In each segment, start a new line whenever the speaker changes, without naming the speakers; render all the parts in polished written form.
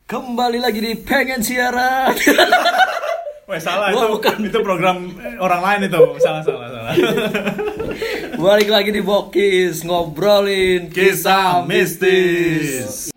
Kembali lagi di Pengen Siaran.
Wah salah
Wah,
itu
bukan.
Itu program orang lain itu. Salah.
Balik lagi di Bokis ngobrolin
Kisah mistis.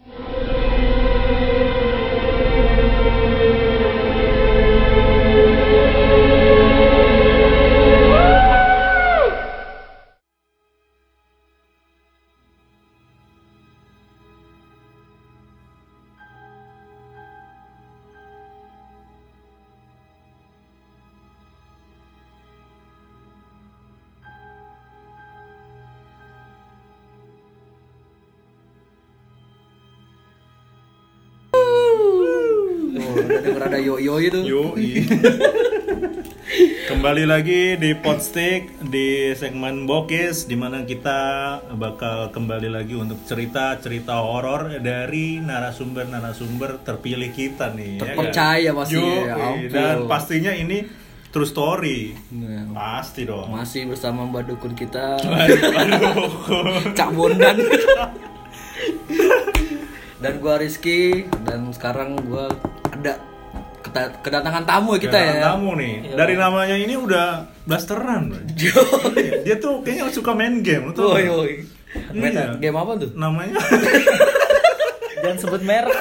Udah denger ada yo-yo itu.
Yoi. Kembali lagi di Podstick di segmen Bokis, di mana kita bakal kembali lagi untuk cerita-cerita horor dari narasumber terpilih kita nih.
Terpercaya pasti.
Yoi.
Ya ampun.
Dan pastinya ini true story.
Nah,
Pasti dong.
masih bersama Mbak Dukun kita,
Aduh.
Cak Bondan. Dan gua Rizky, dan sekarang gua ada kedatangan tamu kita ya.
Tamu nih. Dari namanya ini udah blasteran. Bro. Dia tuh kayaknya suka main game, lu tahu nggak?
Woi. Main
Iya.
game apa tuh?
Namanya
Jangan sebut merek.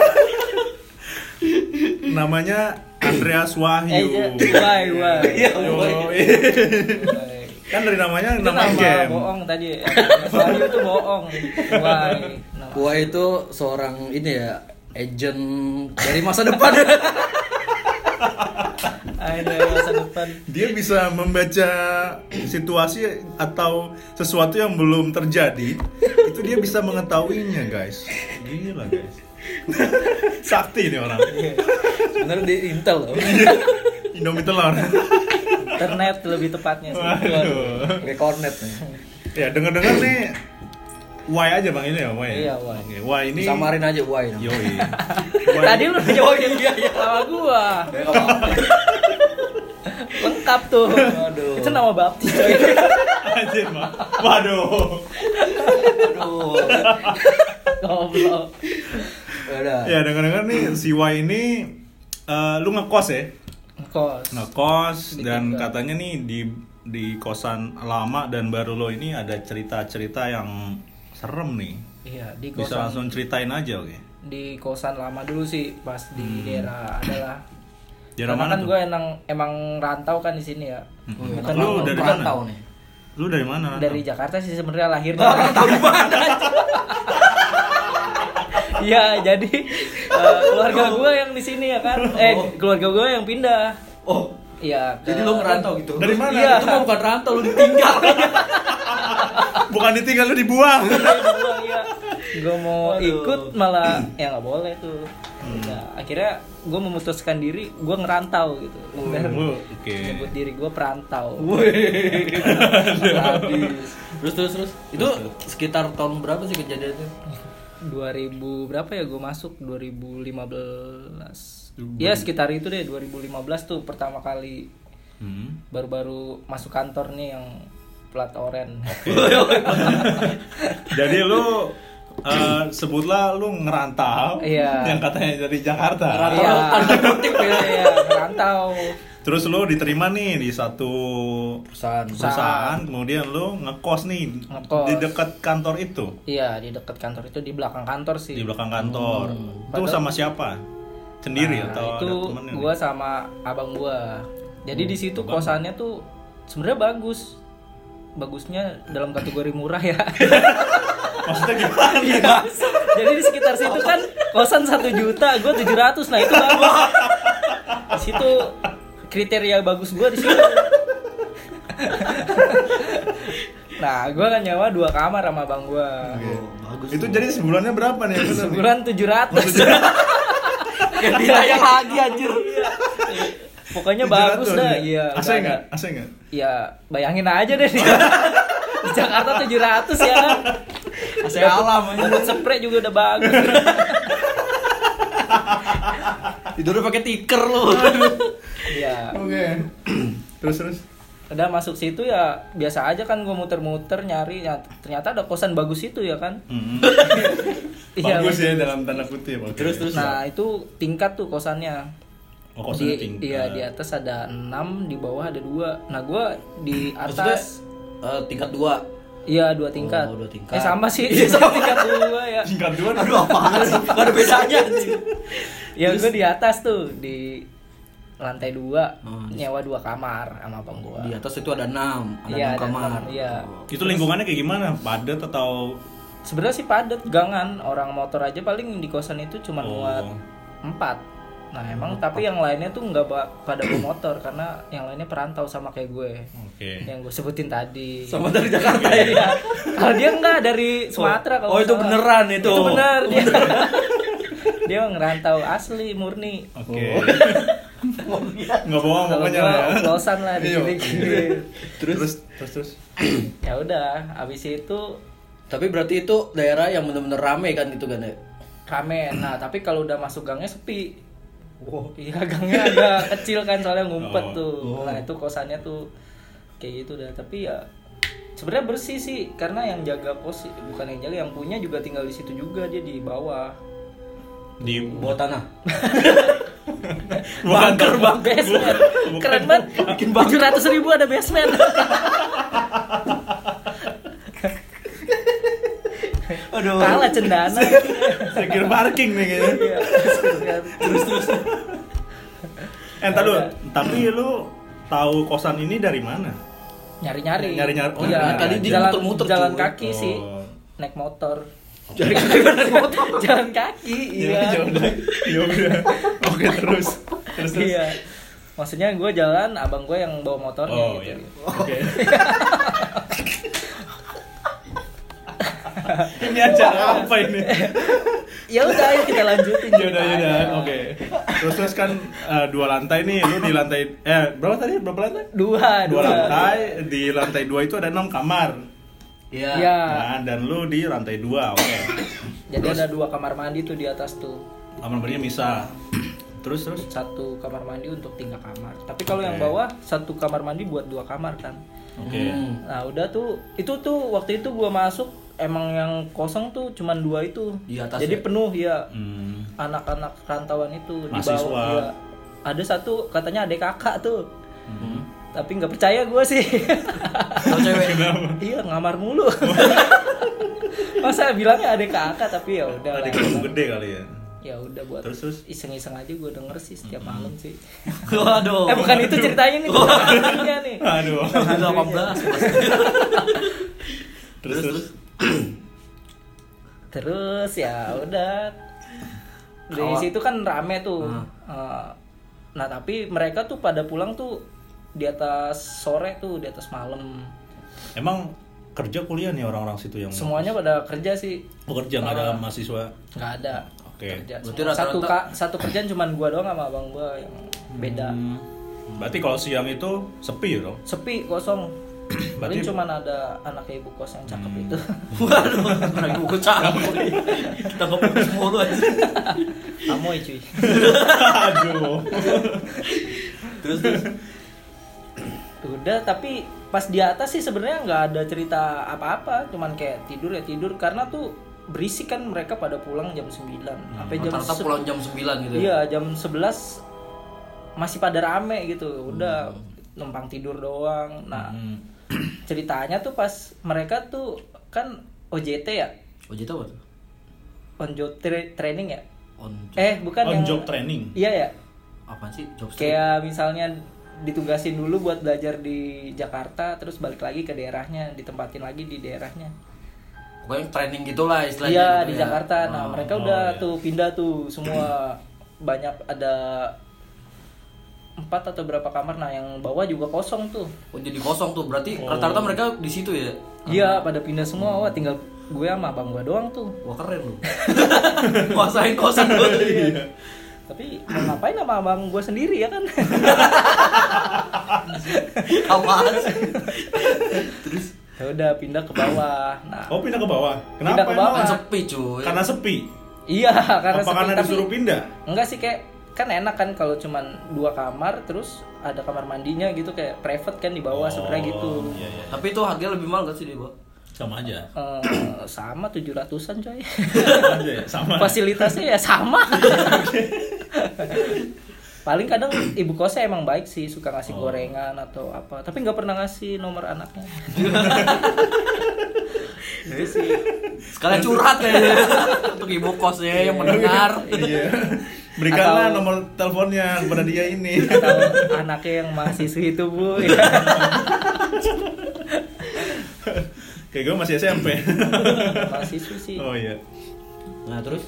namanya Andreas Wahyu.
Why.
Yoi. Kan dari namanya
Itu
nama
nama
game.
bohong tadi. Wahyu itu bohong. Why?
Gua itu seorang ini ya, agent dari masa depan.
Ada masa depan.
Dia bisa membaca situasi atau sesuatu yang belum terjadi. Itu dia bisa mengetahuinya, guys. Gila, guys. Sakti nih orang.
Sebenarnya di Intel loh.
Indomie telur.
Internet lebih tepatnya sih.
Waduh.
Kayak cornet nih.
Ya, dengar-dengar nih Y aja Bang ini ya, Y.
Iya, Y.
Oke, Y ini
Samarin aja why.
Yoi.
Tadi lu udah jawabin sama gua. Lengkap tuh.
Waduh.
Itu nama baptis coy.
Anjir, Bang. Waduh.
Aduh.
Goblok.
Udah.
Ya, dengar-dengar nih si Y ini lu ngekos ya?
Kos.
Ngekos
Di
dan
Tiga.
katanya nih di kosan lama dan baru lo ini ada cerita-cerita yang serem nih.
Iya, di
Bisa
kosan.
langsung ceritain aja, oke.
Di kosan lama dulu sih, pas di daerah adalah.
Daerah
Karena
mana
kan
tuh?
gue emang rantau kan di sini ya.
Bukan
Lu dari mana?
rantau nih.
Lu dari mana?
Dari Jakarta sih sebenarnya lahirnya. Iya, jadi keluarga gue yang di sini ya kan. Keluarga gue yang pindah.
Oh,
Iya.
jadi lu ngerantau gitu.
Dari mana?
Iya.
Itu mah bukan rantau, lu ditinggal.
Bukan ditinggal, lu dibuang.
Iya. Gue mau
Aduh.
ikut malah ya nggak boleh tuh. Nah, akhirnya gue memutuskan diri gue ngerantau gitu.
Oke.
Nyebut diri gue perantau.
Wih. Sadis. Terus. Itu sekitar tahun berapa sih kejadiannya?
2000 berapa ya gue masuk 2015. Ya sekitar itu deh 2015 tuh pertama kali baru-baru masuk kantor nih yang plat oren.
Jadi lu sebutlah lu ngerantau.
Iya.
Yang katanya dari Jakarta.
Ngerantau.
Iya.
Tanda kutip ya.
Iya, ngerantau.
Terus lu diterima nih di satu perusahaan, kemudian lu ngekos nih
Ngekos.
di dekat kantor itu.
Iya, di dekat kantor itu, di belakang kantor sih.
Di belakang kantor. Itu
Padahal-
sama siapa? Sendiri
Nah,
atau
itu
ada temennya?
gua sama abang gua. Jadi di situ
abang.
kosannya tuh sebenarnya bagus. Bagusnya dalam kategori murah ya.
Maksudnya gimana?
Jadi di sekitar situ kan kosan 1 juta, gua 700. Nah, itu bagus. Di situ kriteria bagus gua di situ. Nah, gua kan nyawa 2 kamar sama abang gua.
Bagus.
Itu jadi sebulannya berapa nih?
Sebulan 700.
yang dirayang lagi anjir.
Pokoknya bagus dah, iya.
AC
nggak
enggak?
ada.
AC enggak?
Ya, bayangin aja deh di Jakarta 700 ya kan.
AC alam aja.
Dapat spray juga udah bagus.
Tidurnya pakai tikar lu.
Iya.
Oke. Terus.
Udah masuk situ ya biasa aja kan gue muter-muter nyari ya, ternyata ada kosan bagus itu ya kan. Iya,
Bagus ya dalam tanda kutip. Oke.
Terus.
Nah itu tingkat tuh kosannya.
Oh, kosannya tingkat.
Iya di atas ada 6, di bawah ada 2. Nah gue di
Maksudnya
atas
tingkat 2.
iya 2 tingkat.
Oh, 2 tingkat.
Sama sih sama tingkat 2 ya.
Tingkat 2
Aduh apaan sih? Gak ada bedanya anjing.
Ya gue di atas tuh di lantai 2 nyewa 2 kamar sama abang gue.
Di atas itu ada 6, ada
Iya,
6 kamar.
Iya.
Itu lingkungannya kayak gimana? Padat atau
Sebenarnya sih padat, gangan. Orang motor aja paling di kosan itu cuma muat 4. Nah emang tapi yang lainnya tuh nggak pada bawa motor karena yang lainnya perantau sama kayak gue.
Oke.
Yang gue sebutin tadi.
Sama dari Jakarta
Iya.
ya.
Kalau dia enggak dari Sumatera kalau
Oh, itu
nggak salah.
beneran itu.
Itu bener dia. Dia ngerantau asli murni.
Oke. Nggak bohong
Kalau
pokoknya
gua
ya.
oplosan lah di
Iya.
sini.
Terus.
Ya udah, habis itu
Tapi berarti itu daerah yang bener-bener rame kan gitu kan ya?
rame. Nah, tapi kalau udah masuk gangnya sepi. Wow, iya gangnya agak kecil kan soalnya ngumpet tuh. Nah, itu kosannya tuh kayak gitu dah. Tapi ya sebenarnya bersih sih karena yang jaga kos bukan yang jaga, yang punya juga tinggal di situ juga, dia di bawah.
Di
Bawah tanah.
Bunker bang, basement. Keren banget.
Bikin bunker.
700.000 ada basement.
Aduh.
Kalah cendana.
secure parking nih kayaknya.
Iya.
Terus.
Entar lu, tapi lu tahu kosan ini dari mana?
Nyari-nyari.
Nyari-nyari. Oh,
Iya,
tadi dia
jalan
muter-muter,
jalan
cuy.
kaki sih.
Oh.
Naik motor.
Jadi naik motor.
Jalan kaki, iya.
Ya udah. Oke, terus.
Iya. Maksudnya gue jalan, abang gue yang bawa motornya
Oh,
gitu.
iya. Oke. Ini acara apa ini?
Ya udah, ayo kita lanjutin.
Yaudah.
ceritanya.
Oke. Terus kan 2 lantai nih, lu di lantai berapa tadi? Berapa lantai?
Dua
2 lantai. Di lantai 2 itu ada 6 kamar.
Iya.
Iya.
Nah, dan lu di lantai 2. Oke.
Jadi ada 2 kamar mandi tuh di atas tuh.
Kamar mandinya misah. Terus.
1 kamar mandi untuk 3 kamar. Tapi kalau yang
Oke.
bawah 1 kamar mandi buat 2 kamar kan.
Oke.
Nah udah tuh, itu tuh waktu itu gua masuk emang yang kosong tuh cuman 2 itu.
Di atas
Jadi
ya?
penuh ya.
Hmm.
Anak-anak rantauan itu di
Mahasiswa.
bawah. Ya. Ada 1 katanya adek kakak tuh. Tapi nggak percaya gue sih.
Kalau cewek.
Iya ngamar mulu. Masa bilangnya adek kakak tapi ya udah lah.
Adik kamu gede kali ya.
Ya udah buat
Terus?
iseng-iseng aja gue denger sih setiap malam sih.
Waduh.
Bukan itu ceritanya nih, ceritanya nih.
Aduh.
18.
Terus.
Terus ya udah dari situ kan rame tuh. Nah tapi mereka tuh pada pulang tuh di atas sore tuh, di atas malam.
Emang kerja kuliah nih orang-orang situ yang
Semuanya pada kerja sih.
bekerja, nggak ada mahasiswa.
Nggak ada.
Oke.
Kerja.
Berarti
Semua.
rata-rata-
Satu kerjaan cuman gua doang sama abang gua yang beda.
Berarti kalau siang itu sepi ya dong?
Sepi, kosong. Paling
Berarti-
cuman ada anak ibu kos yang cakep itu.
Waduh. Orang ibu cakep. Kita nge-fokus mulu aja.
Amoy cuy.
Aduh.
Terus.
Udah, tapi pas di atas sih sebenarnya nggak ada cerita apa-apa, cuman kayak tidur ya tidur karena tuh berisik kan, mereka pada pulang jam 9 sampai jam
Rata-rata pulang jam 9 gitu.
Iya, jam 11 masih pada rame gitu. Udah numpang tidur doang. Nah, ceritanya tuh pas mereka tuh kan OJT ya,
Oh, jadi apa tuh?
on job training ya.
On
Bukan
On
yang
job training.
Iya ya.
apa sih? Job street.
Kayak misalnya ditugasin dulu buat belajar di Jakarta, terus balik lagi ke daerahnya, ditempatin lagi di daerahnya.
Pokoknya training gitulah istilahnya.
Iya
gitu
di
ya.
Jakarta. Nah mereka udah
iya.
tuh pindah tuh semua, banyak ada 4 atau berapa kamar. Nah yang bawah juga kosong tuh.
Oh, jadi kosong tuh. Berarti rata-rata mereka di situ ya.
Iya pada pindah semua. Wah tinggal gue sama abang gue doang tuh.
Wah, keren lu. Kuasain kosan lu.
Tapi mau ngapain sama abang gue sendiri ya kan?
Apaan sih? Terus
Ya udah pindah ke bawah. Nah
Oh, pindah ke bawah. Kenapa?
Pindah ke bawah.
kan
emang?
sepi, cuy.
Karena sepi.
iya karena
Apa karena
sepi,
disuruh pindah?
enggak sih, kayak kan enak kan kalau cuman 2 kamar terus ada kamar mandinya gitu kayak private kan di bawah sebenarnya gitu.
Iya, iya.
Tapi itu harganya lebih mahal gak sih di bawah?
Sama aja.
Sama 700-an coy.
Sama aja ya, sama.
Fasilitasnya ya sama. Paling kadang ibu kosnya emang baik sih, suka ngasih gorengan atau apa, tapi nggak pernah ngasih nomor anaknya. Itu sih.
Sekalian curhat kayaknya untuk ibu kosnya yang mendengar.
Iya. Berikanlah
Atau-
nomor teleponnya kepada dia ini.
Atau anaknya yang mahasiswi itu bu.
Kayak gue masih SMP.
Mahasiswi sih.
Oh iya.
Nah terus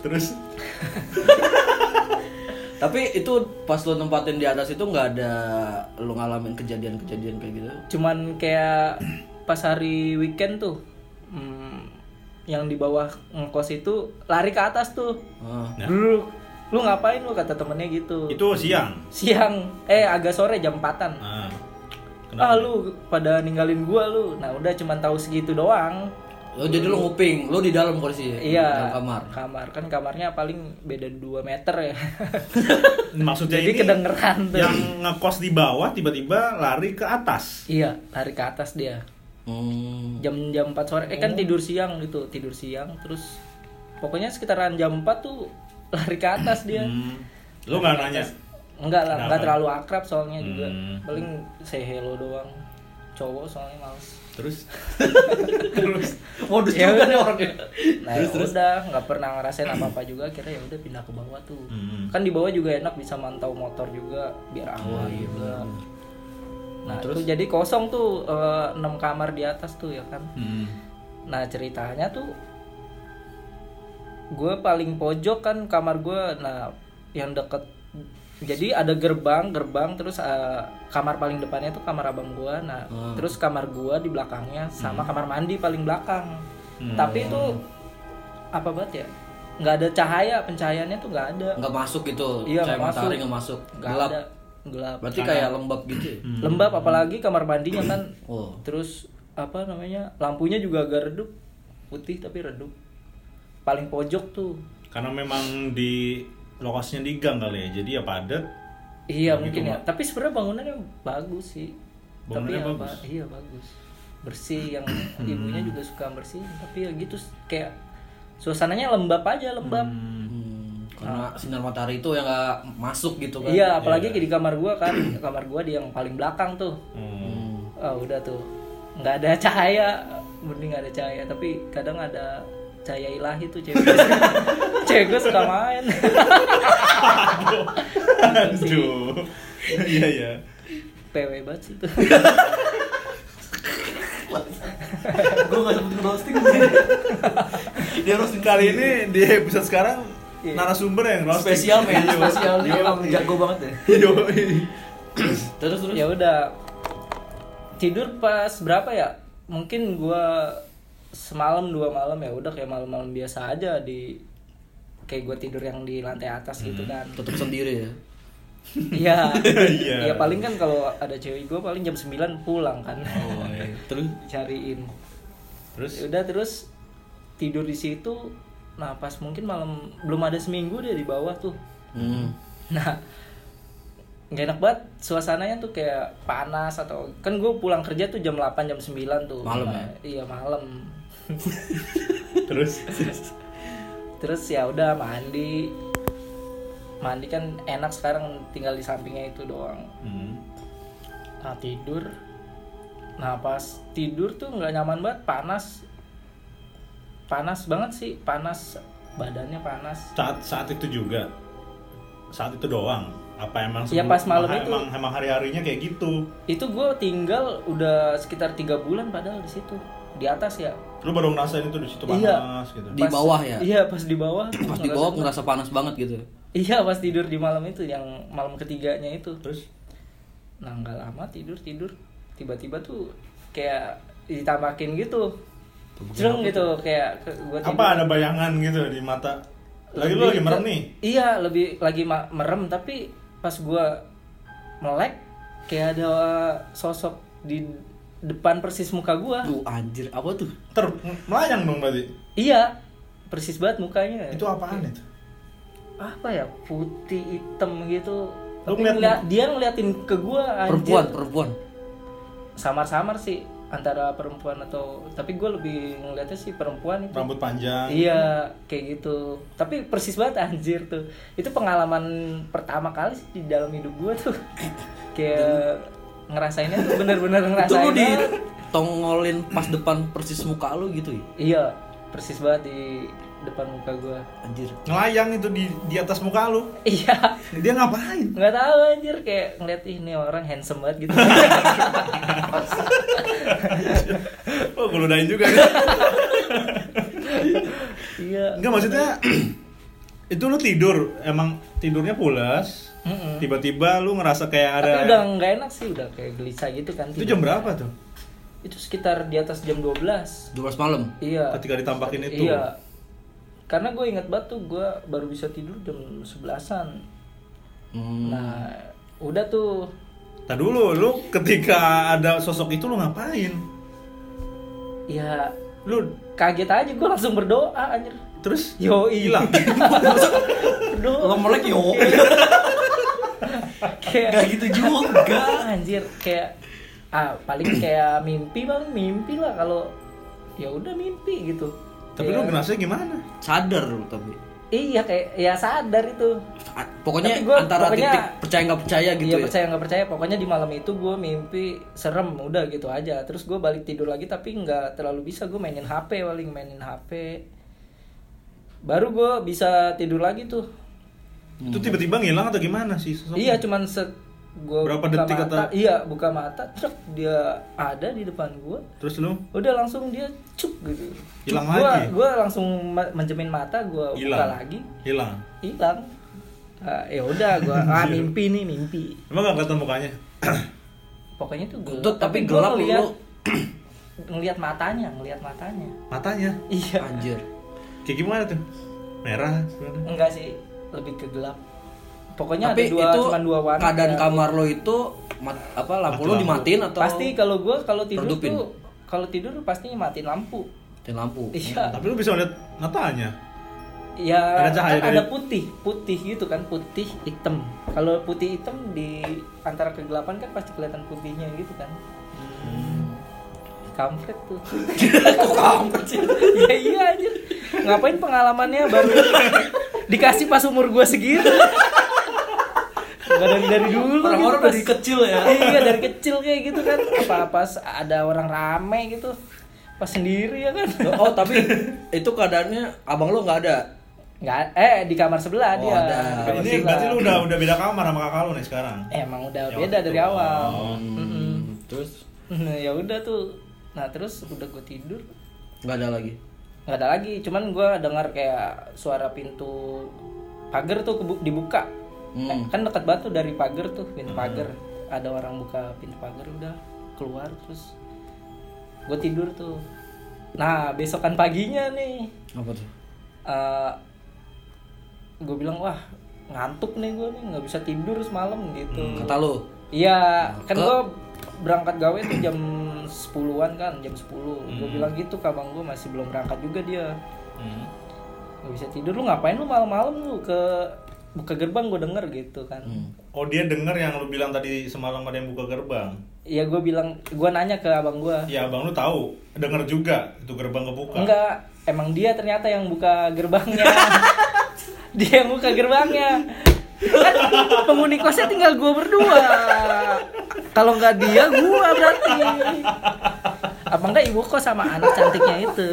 tapi itu pas lo nempatin di atas itu nggak ada lo ngalamin kejadian-kejadian kayak gitu?
Cuman kayak pas hari weekend tuh, yang di bawah ngekos itu lari ke atas tuh.
Oh.
Nah.
Dulu lu ngapain lu kata temennya gitu.
Itu siang.
Siang, agak sore jam 4-an.
Nah.
Lu pada ninggalin gua lu. Nah, udah cuman tahu segitu doang.
Oh, jadi lo nguping, lo di dalam posisi
Iya.
dalam kamar.
Kamar kan kamarnya paling beda 2 meter ya.
Maksudnya
Jadi
ini
kedengeran tuh.
yang ngekos di bawah tiba-tiba lari ke atas.
Iya, lari ke atas dia. Jam 4 sore kan tidur siang gitu, tidur siang terus pokoknya sekitaran jam 4 tuh lari ke atas dia.
Lo nggak nanya?
Enggak lah, enggak
Kenapa?
terlalu akrab soalnya juga. Paling say hello doang. Cowok soalnya males.
Terus
Modus
Ya
juga
udah.
nih orangnya.
Nah, udah nggak pernah ngerasain apa-apa juga, akhirnya ya udah pindah ke bawah tuh. Kan di bawah juga enak bisa mantau motor juga biar awal juga. Nah,
Terus?
itu jadi kosong tuh 6 kamar di atas tuh ya kan. Nah, ceritanya tuh gue paling pojok kan kamar gue, nah yang deket, jadi ada gerbang terus kamar paling depannya tuh kamar abang gue, nah terus kamar gue di belakangnya sama kamar mandi paling belakang. Tapi itu apa banget ya, nggak ada cahaya, pencahayaannya tuh nggak ada.
Nggak masuk gitu,
Iya,
cahaya
nggak masuk.
matahari nggak masuk,
Nggak
gelap.
ada, gelap.
Berarti kayak lembab gitu ya?
Lembab, apalagi kamar mandinya kan.
Oh.
Terus apa namanya, lampunya juga agak redup, putih tapi redup. Paling pojok tuh.
karena memang di lokasinya di gang kali ya, jadi ya padat.
Iya
Gitu,
mungkin ya.
Mak.
Tapi sebenarnya bangunannya bagus sih.
Bangunannya
tapi
bagus?
Iya bagus. Bersih, yang ibunya juga suka bersih. Tapi ya gitu kayak suasananya lembab aja, lembab.
Karena sinar matahari itu yang nggak masuk gitu kan?
Iya, apalagi
Iya.
di kamar gua kan, kamar gua di yang paling belakang tuh. Udah tuh nggak ada cahaya, mending nggak ada cahaya. Tapi kadang ada cahaya ilahi tuh cewek. Cewek gua suka main.
Aduh. Iya ya.
PW banget sih tuh.
Gue nggak sempet roasting. Dia roasting
Kali ini di episode sekarang
Iya.
narasumber yang roasting.
spesial men,
Iya.
spesial. Dia
Iya.
emang jago banget ya.
Yoi.
Terus
Ya udah tidur pas berapa ya? Mungkin gua semalam 2 malam ya udah kayak malam-malam biasa aja, di kayak gua tidur yang di lantai atas gitu kan.
Tetap sendiri ya.
Iya.
Iya.
Ya paling kan kalau ada cewek gua paling jam 9 pulang kan.
Oh, iya. Terus
Cariin.
Terus
Ya udah terus tidur di situ. Nah, pas mungkin malam belum ada seminggu deh di bawah tuh. Nah, nggak enak banget suasananya tuh, kayak panas atau kan gue pulang kerja tuh jam 8 jam 9 tuh.
Malam
Nah,
ya?
Iya, malam.
terus
Terus ya udah mandi. Mandi kan enak sekarang tinggal di sampingnya itu doang. Nah, tidur. Nah, pas tidur tuh nggak nyaman banget, panas. Panas banget sih, panas, badannya panas.
saat itu juga. Saat itu doang. Apa emang
Ya, pas malam itu.
emang hari-harinya kayak gitu.
Itu gue tinggal udah sekitar 3 bulan padahal di situ, di atas ya.
Lu baru ngerasain itu di situ panas
Iya.
gitu.
Di bawah ya?
Iya, pas di bawah.
pas di bawah ngerasa panas banget gitu.
Iya, pas tidur di malam itu, yang malam ketiganya itu.
Terus
Nah, nggak lama tidur, tiba-tiba tuh kayak ditambahin gitu, jeleng gitu, kayak gue tidur.
apa ada bayangan gitu di mata? Lagi lu lagi merem nih.
Iya, lebih lagi merem, tapi pas gue melek kayak ada sosok di depan persis muka gue.
Anjir, apa tuh?
Melayang dong berarti.
Iya, persis banget mukanya.
Itu apaan itu?
apa ya, putih hitam gitu.
Lu
Tapi dia ngeliatin ke gua, anjir.
Perempuan.
Samar-samar sih antara perempuan atau, tapi gue lebih ngeliatnya sih perempuan itu.
Rambut panjang.
Iya, kayak gitu. Tapi persis banget anjir tuh. Itu pengalaman pertama kali sih di dalam hidup gue tuh. Kayak ngerasainnya tuh bener-bener
Itu
ngerasain.
lu ditongolin pas depan persis muka lu gitu ya?
Iya, persis banget di depan muka gue.
Anjir.
Ngelayang itu di atas muka lu.
Iya,
Dia ngapain?
nggak tahu anjir, kayak ngeliat ini orang handsome banget gitu.
Oh, gue ludahin juga.
Iya.
Enggak, maksudnya itu lu tidur, emang tidurnya pulas. Tiba-tiba lu ngerasa kayak ada.
Tapi udah nggak enak sih, udah kayak gelisah gitu kan.
Itu jam berapa tuh?
Itu sekitar di atas jam 12.
12 malam.
Iya.
Ketika ditampakin itu.
Iya. Karena gue ingat banget tuh, gue baru bisa tidur jam 11-an. Nah, udah tuh.
Tadi dulu, lu ketika ada sosok itu lu ngapain?
Ya,
Lu
kaget aja, gue langsung berdoa anjir.
terus
Yo,
hilang.
berdoa.
Lo melek yo.
Kayak
Gak gitu juga.
anjir, kayak paling kayak mimpi lah, kalau ya udah mimpi gitu.
Tapi lu
Kayak-
ngerasanya gimana?
Sadar lu tapi.
Iya, kayak ya sadar itu.
Pokoknya
Tapi gua-
antara
pokoknya-
titik percaya nggak percaya gitu
Iya,
ya.
percaya nggak percaya, pokoknya di malam itu gue mimpi serem, udah gitu aja. Terus gue balik tidur lagi, tapi nggak terlalu bisa, gue mainin HP, mainin HP. Baru gue bisa tidur lagi tuh.
Itu tiba-tiba ngilang atau gimana sih sosoknya?
Iya, cuman gue
Berapa
buka
detik
mata,
atau-
iya buka mata, truk dia ada di depan gue.
Terus lu
Udah langsung dia cuk gitu.
Hilang
Cuk,
lagi?
Gue langsung menjemin mata, gue buka
hilang.
lagi,
Hilang.
hilang. Ya udah, gue mimpi nih, mimpi.
Emang gak kelihatan mukanya?
Pokoknya tuh gelap,
Tuh, tapi
gua
gelap
ngeliat,
lu.
ngeliat matanya.
Matanya
Iya.
Anjir.
kayak gimana tuh? Merah gimana?
Enggak sih, lebih ke gelap. Pokoknya
Tapi
ada
itu
cuman dua warna.
keadaan kamar lo itu lampu lo
Mati
dimatiin atau
Pasti kalau tidur
redupin?
tuh, kalau tidur pasti matiin lampu.
matiin lampu.
Iya.
Tapi lu bisa lihat matanya.
Ya
Ada cahaya
kan
dari-
ada putih gitu kan, putih hitam. Kalau putih hitam di antara kegelapan kan pasti kelihatan putihnya gitu kan. Kampret tuh.
Kok kampret sih?
Ya iya anjir. Ngapain pengalamannya baru dikasih pas umur gua segitu. Enggak dari dulu.
Orang-orang
gitu,
dari
pas-
kecil ya.
Iya, dari kecil kayak gitu kan. Apa pas ada orang rame gitu. Pas sendiri ya kan.
Oh, tapi itu keadaannya abang lo nggak ada.
Enggak, di kamar sebelah
Oh,
dia.
ada.
Di kamar
Ini
sebelah.
berarti lu udah beda kamar sama kakak lu nih sekarang.
Emang udah
Ya,
beda
waktu
dari
itu.
awal.
Oh.
Terus
Nah, ya udah tuh. Nah, terus udah gue tidur,
nggak ada lagi.
nggak ada lagi. Cuman gue dengar kayak suara pintu pagar tuh dibuka. Kan dekat banget tuh dari pagar tuh, pintu pagar. Ada orang buka pintu pagar, udah keluar, terus gue tidur tuh. Nah, besokan paginya nih,
Apa tuh?
gue bilang, wah ngantuk nih gue nih, nggak bisa tidur semalam gitu.
Kata lo.
Iya, kan
Ke-
gue berangkat gawe tuh jam 10-an kan, jam 10. Gue bilang gitu ke abang gue, masih belum berangkat juga dia. Gak bisa tidur, lu ngapain lu malam-malam lu ke buka gerbang, gue denger gitu kan.
Oh, dia denger yang lu bilang tadi semalam ada yang buka gerbang.
Iya, gue bilang, gue nanya ke abang gue.
Ya, abang lu tahu, denger juga itu gerbang kebuka.
Enggak, emang dia ternyata yang buka gerbangnya. Dia yang buka gerbangnya. Kan penghuni kosnya tinggal gue berdua. Kalau nggak dia, gue berarti. Apa enggak ibu kos sama anak cantiknya itu.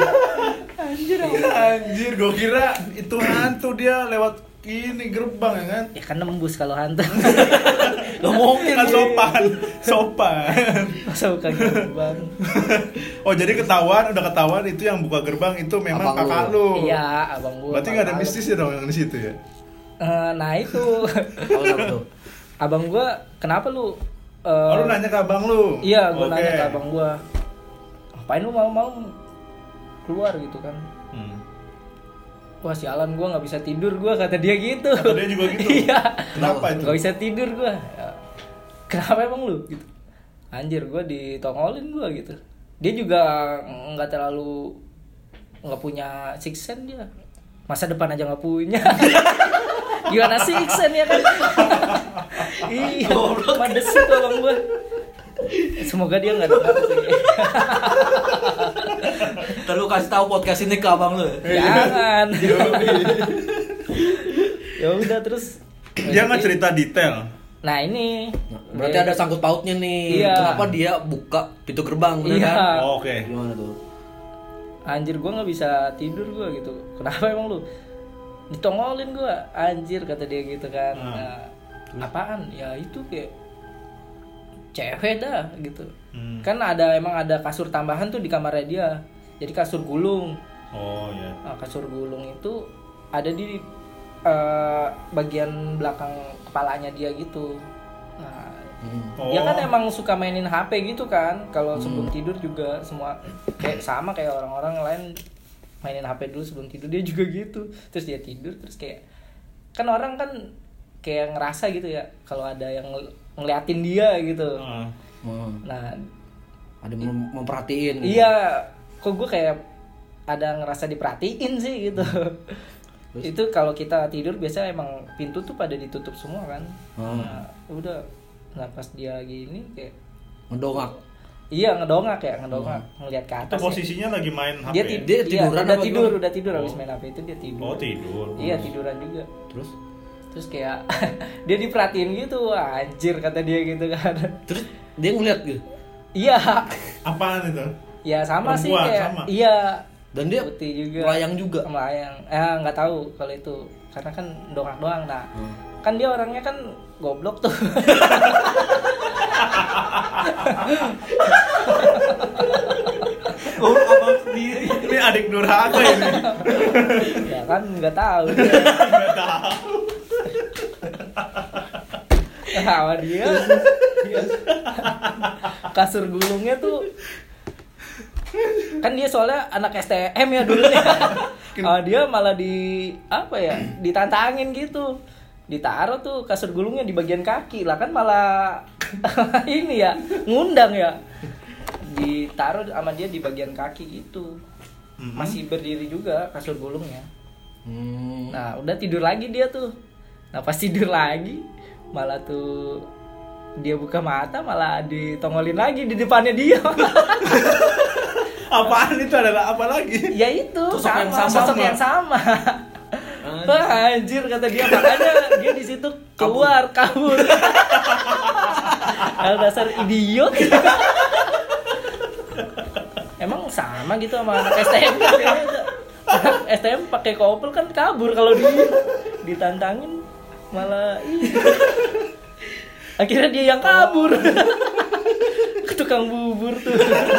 Anjir, gua kira itu hantu dia lewat ini gerbang ya kan?
Ya kan nembus kalau hantu.
Lo mungkin
Kan sopan.
Masa buka gerbang.
Oh, jadi udah ketahuan itu yang buka gerbang itu memang
Abang
kakak
lu.
lu.
Iya, abang gue.
Berarti nggak ada mistis ya dong yang di situ ya?
Nah itu.
Oh, apa tuh?
Abang gue, kenapa lu?
Oh, lu nanya ke abang lu?
Iya, gue
Oke.
nanya ke abang gue. Ngapain lu malam-malam keluar gitu kan? Wah sialan, gue nggak bisa tidur gue, kata dia gitu.
Kata dia juga gitu?
Iya.
Kenapa itu?
Nggak bisa tidur gue. Kenapa emang lu? Gitu. Anjir, gue ditongolin gue gitu. Dia juga nggak punya six sense dia. Masa depan aja nggak punya. Gimana sih Iksan ya kan? Iya, mades itu abang gue. Semoga dia nggak dengar sih.
Ntar lu kasih tahu podcast ini ke abang lu.
Jangan. Ya udah terus.
Dia nggak cerita detail.
Nah ini.
Berarti ada sangkut pautnya nih.
Iya.
Kenapa dia buka pintu gerbang, bener
Iya.
kan?
Oh, oke.
Gimana tuh?
Anjir gue nggak bisa tidur gue gitu. Kenapa emang lu? Ditongolin gue. Anjir kata dia gitu kan. Nah, apaan? Ya itu kayak cewek dah gitu. Kan emang ada kasur tambahan tuh di kamarnya dia. Jadi kasur gulung.
Oh ya.
Nah, kasur gulung itu ada di bagian belakang kepalanya dia gitu. Nah, dia kan emang suka mainin HP gitu kan. Kalau sebelum tidur juga semua kayak sama kayak orang-orang lain mainin HP dulu sebelum tidur, dia juga gitu. Terus dia tidur terus kayak kan orang kan kayak ngerasa gitu ya kalau ada yang ngeliatin dia gitu. Nah,
ada memperhatiin.
iya, kok gue kayak ada ngerasa diperhatiin sih gitu. Itu kalau kita tidur biasa emang pintu tuh pada ditutup semua kan. Nah, udah. Nah pas dia gini kayak
Ngedongak.
iya ngedongak ngeliat ke atas.
Itu posisinya lagi main HP.
Dia
tiduran
udah
apa
tidur
gimana?
habis main HP itu dia tidur.
Oh, tidur.
Iya tiduran juga.
Terus
Kayak dia diperhatiin gitu, wah, anjir kata dia gitu kan.
terus dia ngeliat gitu.
Iya.
Apaan itu?
Ya sama sih
Perempuan,
kayak
sama.
iya.
Dan dia
putih juga.
melayang juga.
Melayang. Nggak tahu kalau itu karena kan dongak doang. Nah, kan dia orangnya kan goblok tuh.
Goblok abang sendiri.
Ini adik durhaka ini.
Ya kan nggak tahu.
Nggak tahu.
Sama dia. Kasur gulungnya tuh kan dia soalnya anak STM ya dulu nih. Dia malah ditantangin gitu. Ditaruh tuh kasur gulungnya di bagian kaki lah kan malah ini ya ngundang ya. Ditaruh sama dia di bagian kaki gitu. Masih berdiri juga kasur gulungnya. Nah udah tidur lagi dia tuh. Nah pas tidur lagi malah tuh dia buka mata malah ditongolin lagi di depannya dia.
Apaan itu adalah apa lagi?
Ya itu sosok yang sama.
Anjir.
Wah, anjir kata dia, makanya dia di situ keluar kabur. Dasar idiot. Emang sama gitu sama anak STM kan ya. Anak STM pakai kopel kan kabur kalau ditantangin malah akhirnya dia yang kabur. Ke tukang bubur tuh.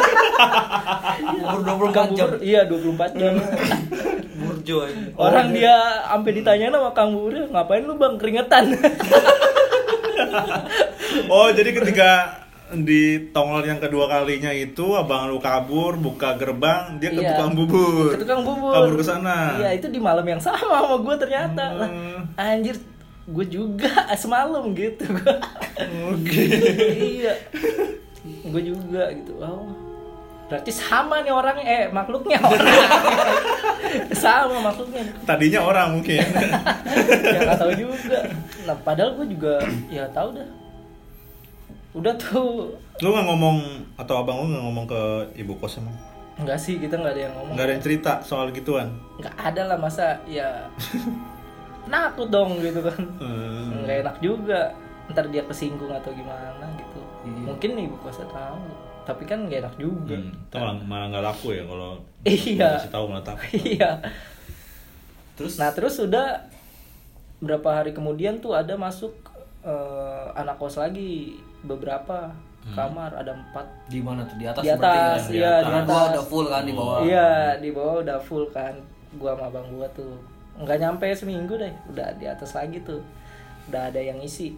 Bubur 24 jam.
Iya, 24 jam.
Burjo.
Orang dia sampai ditanyain sama Kang Bubur, ngapain lu Bang keringetan?
Oh, jadi ketika di tongol yang kedua kalinya itu abang lu kabur, buka gerbang, dia ke
Iya.
tukang bubur.
Ke tukang bubur.
Kabur ke sana.
Iya, itu di malam yang sama gue ternyata. Lah, anjir, gue juga semalam gitu.
Oke.
Iya. Gue juga gitu. Oh. Berarti sama nih orangnya, makhluknya sama makhluknya.
Tadinya orang mungkin.
Ya nggak tahu juga. Nah, padahal gue juga ya tahu dah. Udah tuh.
Lu nggak ngomong atau abang lu nggak ngomong ke ibu kos emang?
Enggak sih, kita nggak ada yang ngomong.
Nggak ada yang cerita soal gituan.
Nggak ada lah, masa ya nakut dong gitu kan. Nggak enak juga. Ntar dia kesinggung atau gimana gitu. Mungkin ibu kosnya tahu. Tapi kan gak enak juga.
Malah nggak laku ya kalau
Iya.
kasih tahu malah takut.
Iya.
Terus
Udah berapa hari kemudian tuh ada masuk anak kos lagi beberapa kamar, ada 4.
di mana tuh? Di atas
Di atas,
berarti
iya,
ya?
di
Karena
atas.
gua udah full kan di bawah.
Iya, di bawah udah full kan. Gua sama abang gua tuh nggak nyampe seminggu deh, udah di atas lagi tuh. Udah ada yang isi.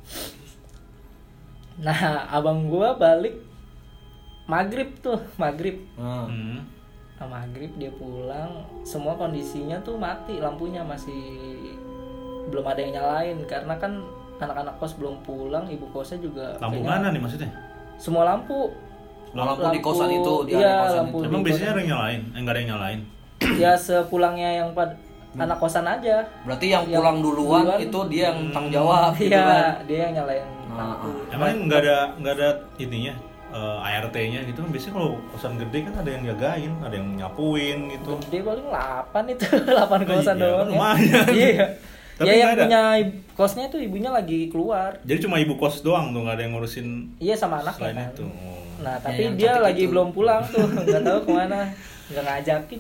Nah, abang gua balik maghrib. Nah, maghrib dia pulang, semua kondisinya tuh mati, lampunya masih belum ada yang nyalain karena kan anak-anak kos belum pulang, ibu kosnya juga.
Lampu
kayaknya
mana nih maksudnya?
Semua lampu.
Lampu di kosan itu, di
iya,
area kosan
lampu
itu.
di
Emang
kosan.
biasanya ada yang nyalain? Nggak ada yang nyalain.
Ya sepulangnya yang anak kosan aja.
Berarti yang pulang duluan itu dia yang tanggung jawab gitu
Iya,
kan.
dia yang nyalain lampu.
Emang nggak ada ininya ART-nya gitu kan? Biasanya kalau kosan gede kan ada yang jagain, ada yang nyapuin gitu.
Gede paling 8 itu, 8 kosan
iya,
doang.
lumayan.
Iya.
Tapi
Ya yang
nggak ada.
punya kosnya itu ibunya lagi keluar.
Jadi cuma ibu kos doang tuh, nggak ada yang ngurusin
Iya sama anaknya
selain
kan.
itu. Oh.
Nah tapi
yang
dia
cantik
lagi
itu.
belum pulang tuh, nggak tahu kemana, nggak ngajakin.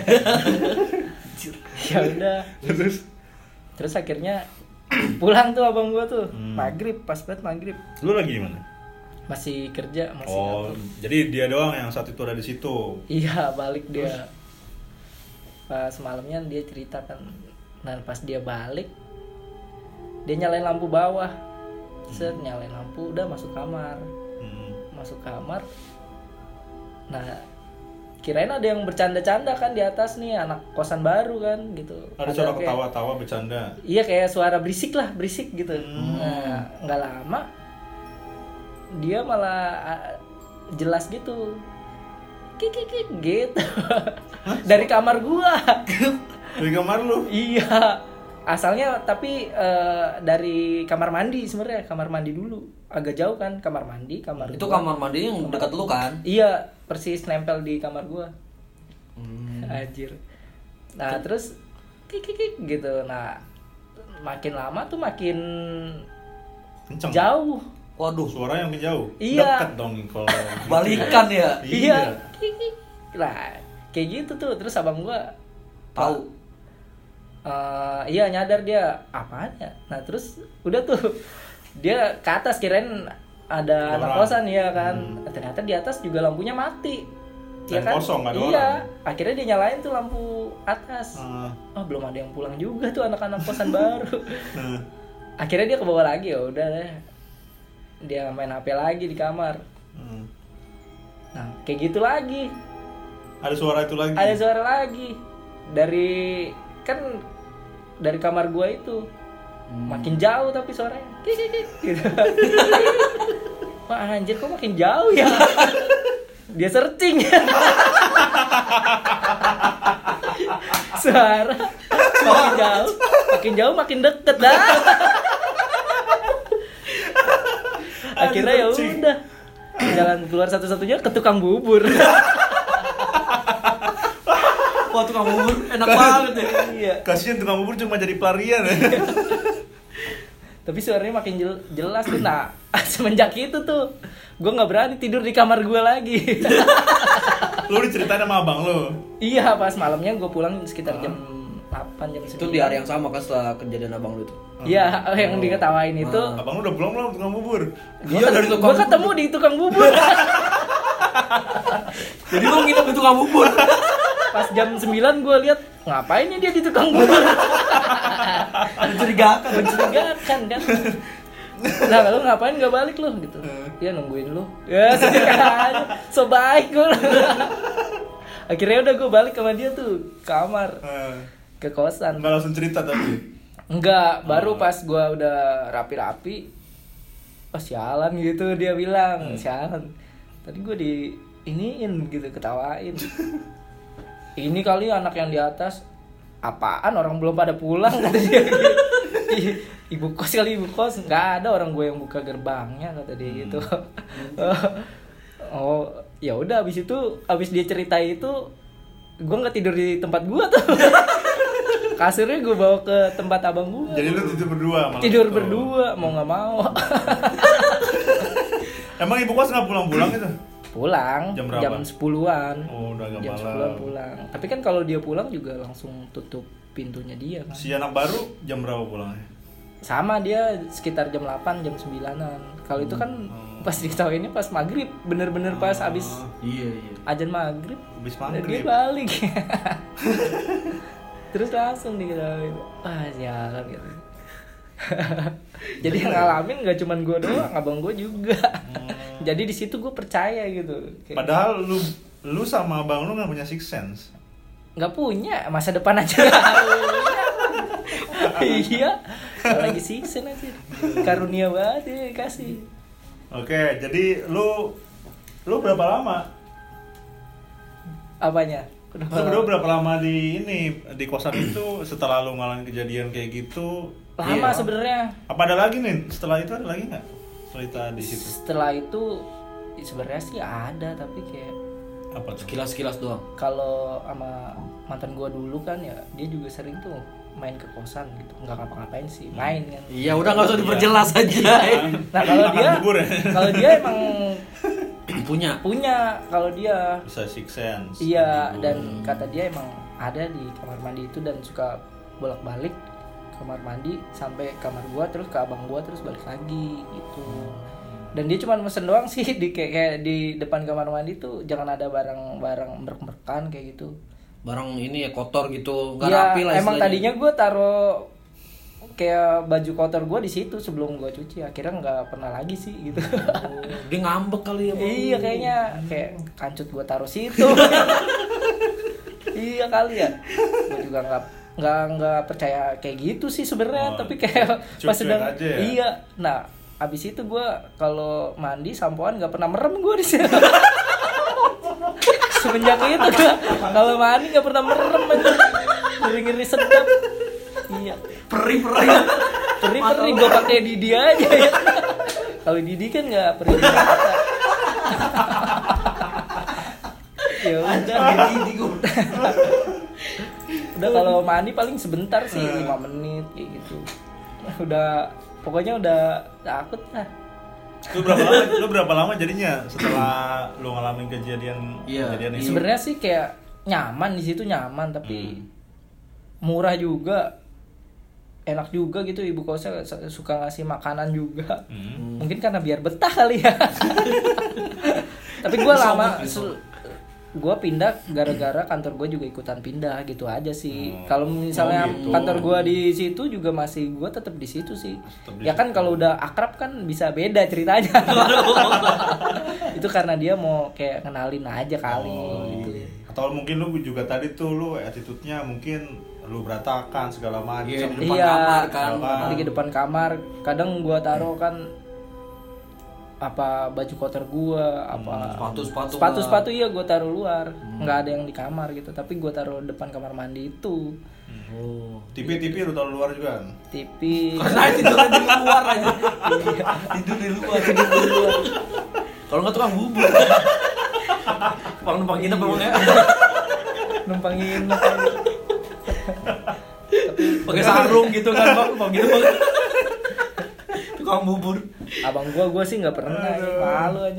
Ya udah. Terus akhirnya pulang tuh abang gua tuh, maghrib, pas banget maghrib.
Lu lagi di mana?
Masih kerja, masih
Oh,
ngatur.
jadi dia doang yang saat itu ada di situ.
Iya balik dia. Pas malamnya dia ceritakan. Nah pas dia balik, dia nyalain lampu bawah. Set nyalain lampu, udah masuk kamar. Masuk kamar. Nah kirain ada yang bercanda-canda kan di atas nih, anak kosan baru kan gitu.
Ada suara
kayak-
ketawa-tawa bercanda.
Iya kayak suara berisik gitu. Nah nggak lama dia malah jelas gitu, kik gitu dari kamar gua.
Dari kamar lu?
Iya, asalnya tapi dari kamar mandi sebenarnya, kamar mandi dulu. Agak jauh kan kamar mandi, kamar
Itu
gua.
kamar mandi yang dekat lu kan?
Iya, persis nempel di kamar gua. Anjir. Nah, terus kik gitu. Nah, makin lama tuh makin
Kenceng.
jauh.
Waduh,
Suara yang jauh.
Iya.
Deket dong kalau
balikan ya.
Iya. Kik. Nah, kayak gitu tuh. Terus abang gua
Tahu.
Iya nyadar dia apaan ya. Nah terus udah tuh dia ke atas, kirain ada anak
orang.
kosan ya kan. Ternyata di atas juga lampunya mati.
Dan kosong, nggak ada
Iya.
orang.
Akhirnya dia nyalain tuh lampu atas. Belum ada yang pulang juga tuh anak-anak kosan baru. Akhirnya dia ke bawah lagi, ya udah deh. Dia main HP lagi di kamar. Nah kayak gitu lagi.
Ada suara itu lagi.
Ada suara lagi dari kamar gua itu. Makin jauh tapi suaranya kik gitu. Wah anjir kok makin jauh ya. Dia searching. Suara makin jauh makin deket dah. Akhirnya ya udah, jalan keluar satu-satunya ke tukang bubur.
Wah, tukang bubur enak banget ya.
Iya.
Kasihan tukang bubur cuma jadi pelarian ya.
Tapi suaranya makin jelas tuh. Nah, semenjak itu tuh gue nggak berani tidur di kamar gue lagi.
Lu diceritain sama abang lu.
Iya, pas malamnya gue pulang sekitar jam 8 jam 9.
Itu di hari yang sama kan setelah kejadian abang lu itu.
Iya, yang diketawain itu.
Abang lu udah pulang belum tukang bubur?
Iya, dari tukang
Gue ketemu di tukang bubur.
Jadi lu nginep di tukang bubur.
Pas jam 9 gue lihat ngapain ya dia di tukang bubur. Mencurigakan kan. Nah lu ngapain gak balik lu gitu? Ya nungguin lu. Ya sedih aja. So baik gue. Akhirnya udah gue balik sama dia tuh kamar, ke kosan.
Nggak langsung cerita tapi.
Enggak, baru pas gue udah rapi-rapi. Oh sialan gitu dia bilang, sialan. Tadi gue di iniin gitu, ketawain. Ini kali anak yang di atas, apaan orang belum pada pulang kata dia. Ibu kos kali, ibu kos. Nggak ada, orang gue yang buka gerbangnya kata dia gitu. Oh ya udah, abis dia cerita itu gue nggak tidur di tempat gue tuh. Kasurnya gue bawa ke tempat abang gue.
Jadi lu tidur berdua malam
Tidur
itu?
berdua, mau nggak mau.
Emang ibu kos nggak pulang-pulang itu?
Pulang
Jam berapa?
jam 10-an.
Oh, udah agak
Jam
malam.
10-an pulang. Tapi kan kalau dia pulang juga langsung tutup pintunya dia kan.
Si anak baru jam berapa pulangnya?
Sama dia sekitar jam 8, jam 9-an. Kalau itu kan pas diketawainnya pas maghrib, bener-bener pas abis
Iya.
azan maghrib.
Habis
Dan dia
maghrib.
balik. Terus langsung diketawain. Wah sialan gitu. Jadi yang ngalamin gak cuman gue doang, abang gue juga. Jadi di situ gue percaya gitu. Kayak
Padahal lu sama abang lu nggak punya six sense.
nggak punya, masa depan aja nggak punya. Iya, lagi season aja. Karunia banget ya kasih.
Oke, jadi lu berapa lama
Apanya?
Lu berdua berapa lama di kosan itu setelah lu ngalamin kejadian kayak gitu?
Lama sebenarnya.
Apa ada lagi nih? Setelah itu ada lagi nggak? Cerita di situ.
Setelah itu sebenarnya sih ada, tapi kayak
Apa tuh?
Sekilas doang.
kalau sama mantan gua dulu kan ya, dia juga sering tuh main ke kosan gitu, nggak ngapa-ngapain sih, main kan.
Iya, udah nggak usah diperjelas aja.
Nah kalau
Makan
dia,
bubur ya?
kalau dia emang
punya.
kalau dia
Bisa six sense.
iya, dan kata dia emang ada di kamar mandi itu dan suka bolak-balik kamar mandi sampai kamar gua terus ke abang gua terus balik lagi gitu. Dan dia cuma mesen doang sih di kayak di depan kamar mandi tuh jangan ada barang-barang merek-merekan kayak gitu.
Barang ini ya kotor gitu, nggak
Ya,
rapi lah.
emang
istilahnya.
tadinya gue taruh kayak baju kotor gue di situ sebelum gue cuci, akhirnya nggak pernah lagi sih gitu.
Dia ngambek kali ya. Bang.
Iya kayaknya kayak kancut gue taruh situ. Iya kali ya. Gue juga nggak percaya kayak gitu sih sebenarnya, tapi kayak pas sedang
aja ya?
iya. Nah abis itu gue kalau mandi sampoan nggak pernah merem gue di sini. Semenjak itu gue kalau mandi nggak pernah merem aja. Ngeri sedap. Iya.
Perih.
Perih gue pakai Didi aja ya. Kalau Didi kan nggak perih. Ya udah.
Didi gue.
Udah kalau mandi paling sebentar sih 5 menit kayak gitu. Udah pokoknya udah takut lah.
Lu berapa lama jadinya setelah lu ngalamin kejadian itu?
Sebenarnya sih kayak nyaman di situ nyaman, tapi murah juga, enak juga gitu. Ibu kosnya suka ngasih makanan juga. Mungkin karena biar betah kali ya. Tapi gue lama gue pindah gara-gara kantor gue juga ikutan pindah gitu aja sih. Kalau misalnya
gitu.
kantor gue di situ juga masih gue tetap di situ sih. Ya kan kalau udah akrab kan bisa beda ceritanya. Itu karena dia mau kayak kenalin aja kali gitu.
Atau mungkin lu juga tadi tuh lu attitude-nya mungkin lu berantakan segala macam
Iya,
di
depan
Iya,
kamar kan.
di depan kamar. Kadang gue taruh kan apa baju kotor gua, apa sepatu iya gue taruh luar, nggak ada yang di kamar gitu, tapi gue taruh depan kamar mandi itu.
TV lu taruh luar juga kan?
TV
Karena tidurnya di luar aja. Tidur di luar. Kalau nggak tukang bubur. Kalau numpang nginep emang ya.
numpang nginep.
Pakai sarung gitu kan, Bang. Numpang nginep. Tukang bubur.
Abang gua sih nggak pernah, malu aja.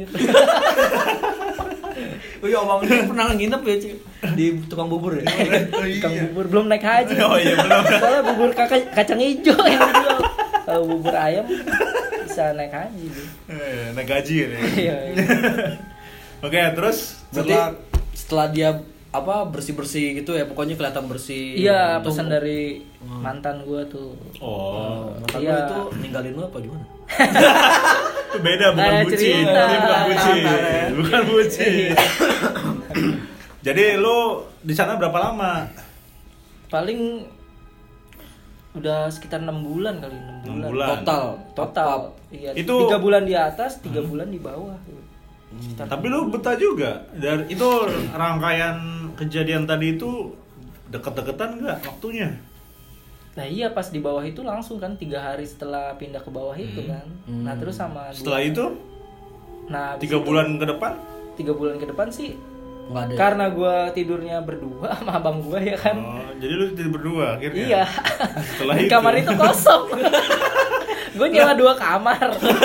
Oh iya, abang dia pernah nginep ya di tukang bubur ya.
Tukang bubur belum naik haji.
Oh iya belum.
Soalnya bubur kacang hijau yang dijual. Kalau bubur ayam bisa naik haji tuh.
Naik gaji ya.
Iya.
Oke, terus
Berarti setelah dia bersih-bersih gitu ya, pokoknya kelihatan bersih.
Iya,
untung.
pesan dari mantan gua tuh.
Mantan
Iya.
lu itu ninggalin lu apa gimana?
itu beda, bukan
Ada
bucin.
cerita.
Ini bukan bucin.
Iya.
Bukan bucin. Jadi lu di sana berapa lama?
Paling udah sekitar 6 bulan kali, 6 bulan.
6 bulan.
Total.
Up.
Iya,
Itu-
3 bulan di atas, 3 bulan di bawah. Sekitar
Tapi lu betah juga. Dan itu rangkaian kejadian tadi itu deket-deketan nggak waktunya?
Nah iya, pas di bawah itu langsung kan 3 hari setelah pindah ke bawah itu kan. Nah terus sama
Setelah itu
nah
3 bulan ke depan
3 bulan ke depan sih
Nggak ada.
karena gue tidurnya berdua sama abang gue ya kan.
jadi lu tidur berdua akhirnya.
Iya.
Setelah
Dan
itu.
kamar itu kosong. Gue nyewa 2 kamar.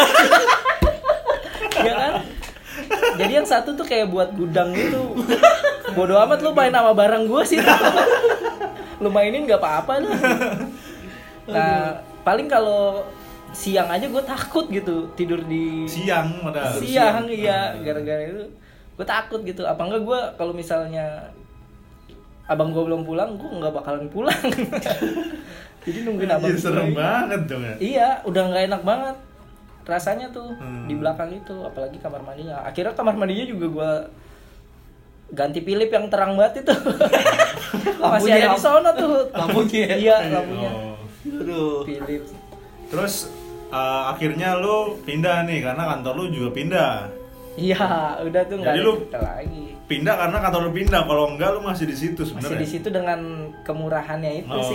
Ya kan? Jadi yang satu tuh kayak buat gudang gitu. Bodoh amat lu main sama barang gue sih. Lu mainin nggak apa-apa lah. Nah, paling kalau siang aja gue takut gitu tidur di
siang padahal.
siang iya, gara-gara itu gue takut gitu. Apa enggak gue kalau misalnya abang gue belum pulang, gue nggak bakalan pulang. Jadi nungguin abang
Iya, serem
gua.
banget dong ya.
Iya, udah nggak enak banget rasanya tuh di belakang itu, apalagi kamar mandinya. Akhirnya kamar mandinya juga gue ganti Philip yang terang banget itu. Masih ada di sono tuh.
Lampunya.
Iya, lampunya.
Oh.
Aduh.
Philip.
Terus akhirnya lu pindah nih karena kantor lu juga pindah.
Iya, udah tuh nggak
Jadi
ada
lu
cerita lagi.
Pindah karena kantor lu pindah, kalau enggak lu masih di situ
Masih
sebenarnya.
di situ dengan kemurahannya itu
Oh.
sih.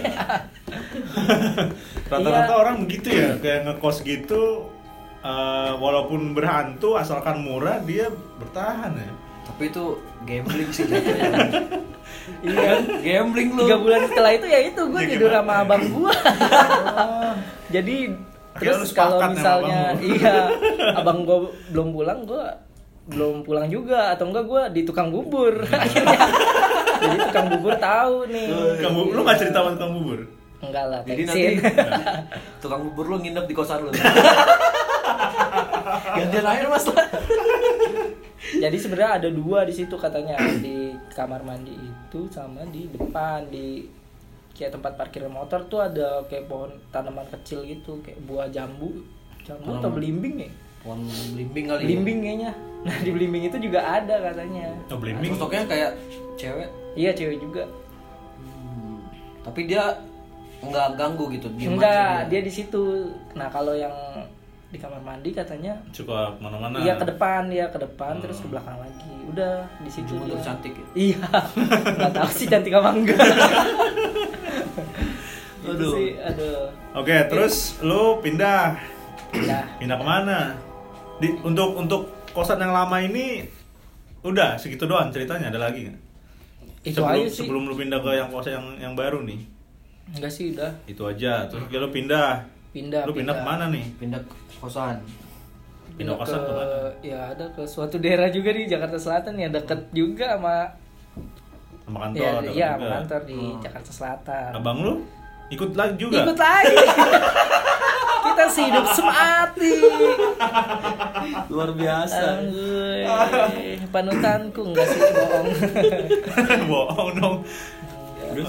Rata-rata
Iya.
orang begitu ya, kayak ngekos gitu, walaupun berhantu asalkan murah dia bertahan ya.
Tapi itu gambling sih jatuhnya.
Iya.
Gambling lu.
3 bulan setelah itu ya itu gue
Ya,
tidur
gimana?
sama abang gue. Jadi
Akhirnya lu
terus kalau
sepakat sama
misalnya
abang lu.
iya abang gue belum pulang juga atau enggak gue di tukang bubur akhirnya. Jadi tukang bubur tahu nih.
Lu nggak cerita sama tukang bubur?
Enggak lah,
Jadi
bensin.
nanti tukang bubur lu nginep di kosan lu. Gantian air mas lah.
Jadi sebenarnya ada 2 di situ katanya, di kamar mandi itu sama di depan di kayak tempat parkir motor tuh ada kayak pohon tanaman kecil gitu, kayak buah jambu atau belimbing ya?
Pohon belimbing kali.
Belimbing kayaknya. Nah, di belimbing itu juga ada katanya.
Oh, belimbing.
Sosoknya kayak cewek.
Iya, cewek juga.
Tapi dia nggak ganggu gitu. diem
Enggak,
aja
dia di situ. Nah, kalau yang di kamar mandi katanya
Suka kemana-mana.
iya ke depan terus ke belakang lagi. Udah di situ
Cuma
dia.
cantik ya?
Iya. Enggak tahu sih cantik apa enggak. Gitu
Aduh.
sih, aduh.
Oke, terus lu pindah
Nah,
kemana? Untuk kosan yang lama ini udah segitu doang ceritanya, ada lagi nggak?
itu aja sih.
Sebelum lu pindah ke yang kosan yang baru nih,
Enggak sih, udah
itu aja. Terus lu pindah.
pindah.
Lu pindah kemana nih?
Pindah ke kosan.
Pindah kosan
ke
kemana?
ya ada ke suatu daerah juga di Jakarta Selatan ya, deket juga sama
Sama kantor.
ya,
dekat
iya,
juga.
sama kantor di Jakarta Selatan.
Abang lu ikut lagi juga?
Ikut lagi. Kita sih hidup semati.
Luar biasa.
Panutanku enggak sih, bohong.
Bohong dong.
Terus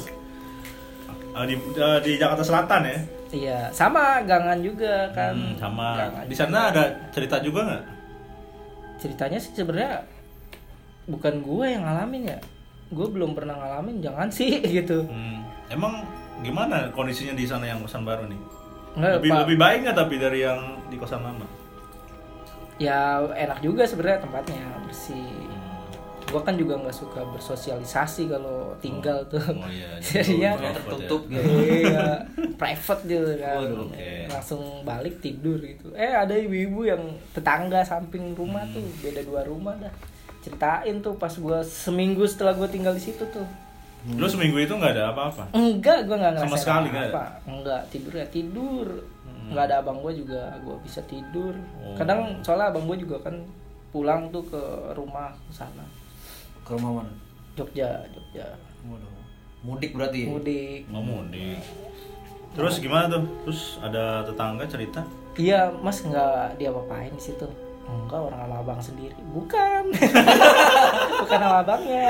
Di Jakarta Selatan ya?
Iya, sama gangan juga kan.
Sama.
Gangan
Di sana ada cerita juga nggak?
ceritanya sih sebenarnya bukan gue yang ngalamin ya. Gue belum pernah ngalamin, jangan sih gitu.
Emang gimana kondisinya di sana yang kosan baru nih?
Enggak, Pak.
Lebih baik nggak tapi dari yang di kosan lama?
Ya enak juga sebenarnya tempatnya, bersih. Gue kan juga nggak suka bersosialisasi kalau tinggal tuh.
Oh iya.
Jadinya
tertutup
ya.
gitu.
iya, private gitu kan.
Waduh,
oke.
Langsung balik tidur gitu. Ada ibu-ibu yang tetangga samping rumah tuh, beda 2 rumah dah. Ceritain tuh pas gue seminggu setelah gue tinggal di situ tuh.
Lu seminggu itu nggak ada apa-apa?
Enggak, gue nggak ngerasain
Sama sekali nggak
apa. Enggak, tidur ya tidur. Nggak ada abang gue juga, gue bisa tidur. Kadang soalnya abang gue juga kan pulang tuh ke rumah sana.
Ke rumah mana?
Jogja.
Waduh. Mudik berarti.
Mudik.
Nggak mudik. Terus gimana tuh? Terus ada tetangga cerita?
Iya, Mas nggak diapa-apain di situ. Enggak, orang sama abang sendiri. Bukan. Bukan sama abangnya.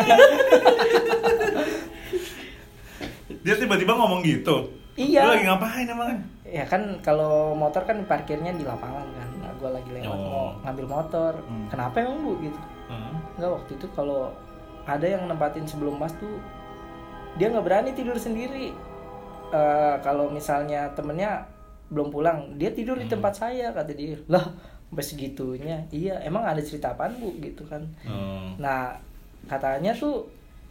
Dia tiba-tiba ngomong gitu?
Iya.
Lu lagi ngapain emang?
Ya kan kalau motor kan parkirnya di lapangan kan. Nah, gue lagi lewat mau ngambil motor. Kenapa emang Bu gitu? Enggak, waktu itu kalau ada yang nempatin sebelum Mas tuh dia nggak berani tidur sendiri. Kalau misalnya temennya belum pulang, dia tidur di tempat saya, kata dia. Lah, sampai segitunya. Iya, emang ada cerita apaan Bu gitu kan. Nah, katanya tuh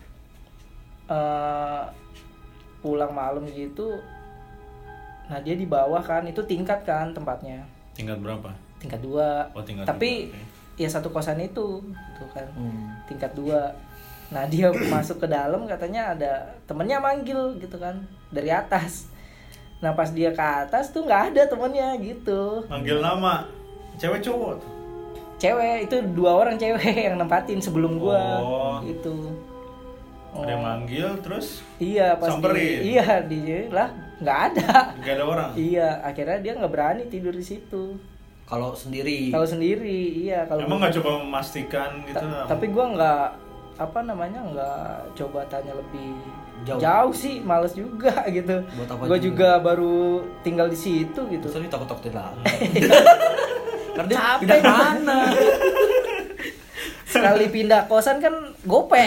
pulang malam gitu. Nah, dia di bawah kan, itu tingkat kan tempatnya.
Tingkat berapa?
Tingkat 2.
Oh, tingkat
Tapi
2, oke.
ya satu kosan itu tuh kan. Tingkat 2. Nah, dia masuk ke dalam katanya ada temennya manggil gitu kan dari atas. Nah, pas dia ke atas tuh nggak ada temennya gitu.
Manggil nama cewek cowok?
Cewek, itu 2 orang cewek yang nempatin sebelum gua gitu.
Ada yang manggil terus
Iya, pas
samperin?
di lah nggak ada.
Nggak ada orang?
Iya, akhirnya dia nggak berani tidur di situ.
Kalau sendiri.
Kalau sendiri, iya. Kalau
Emang nggak coba memastikan gitu?
tapi gua nggak nggak coba tanya lebih
Jauh.
jauh sih, males juga gitu.
Buat apa
Gua
juga?
juga baru tinggal di situ gitu.
Terus takut-takut lah. Karena dia
Capek.
pindah mana?
Sekali pindah kosan kan gope.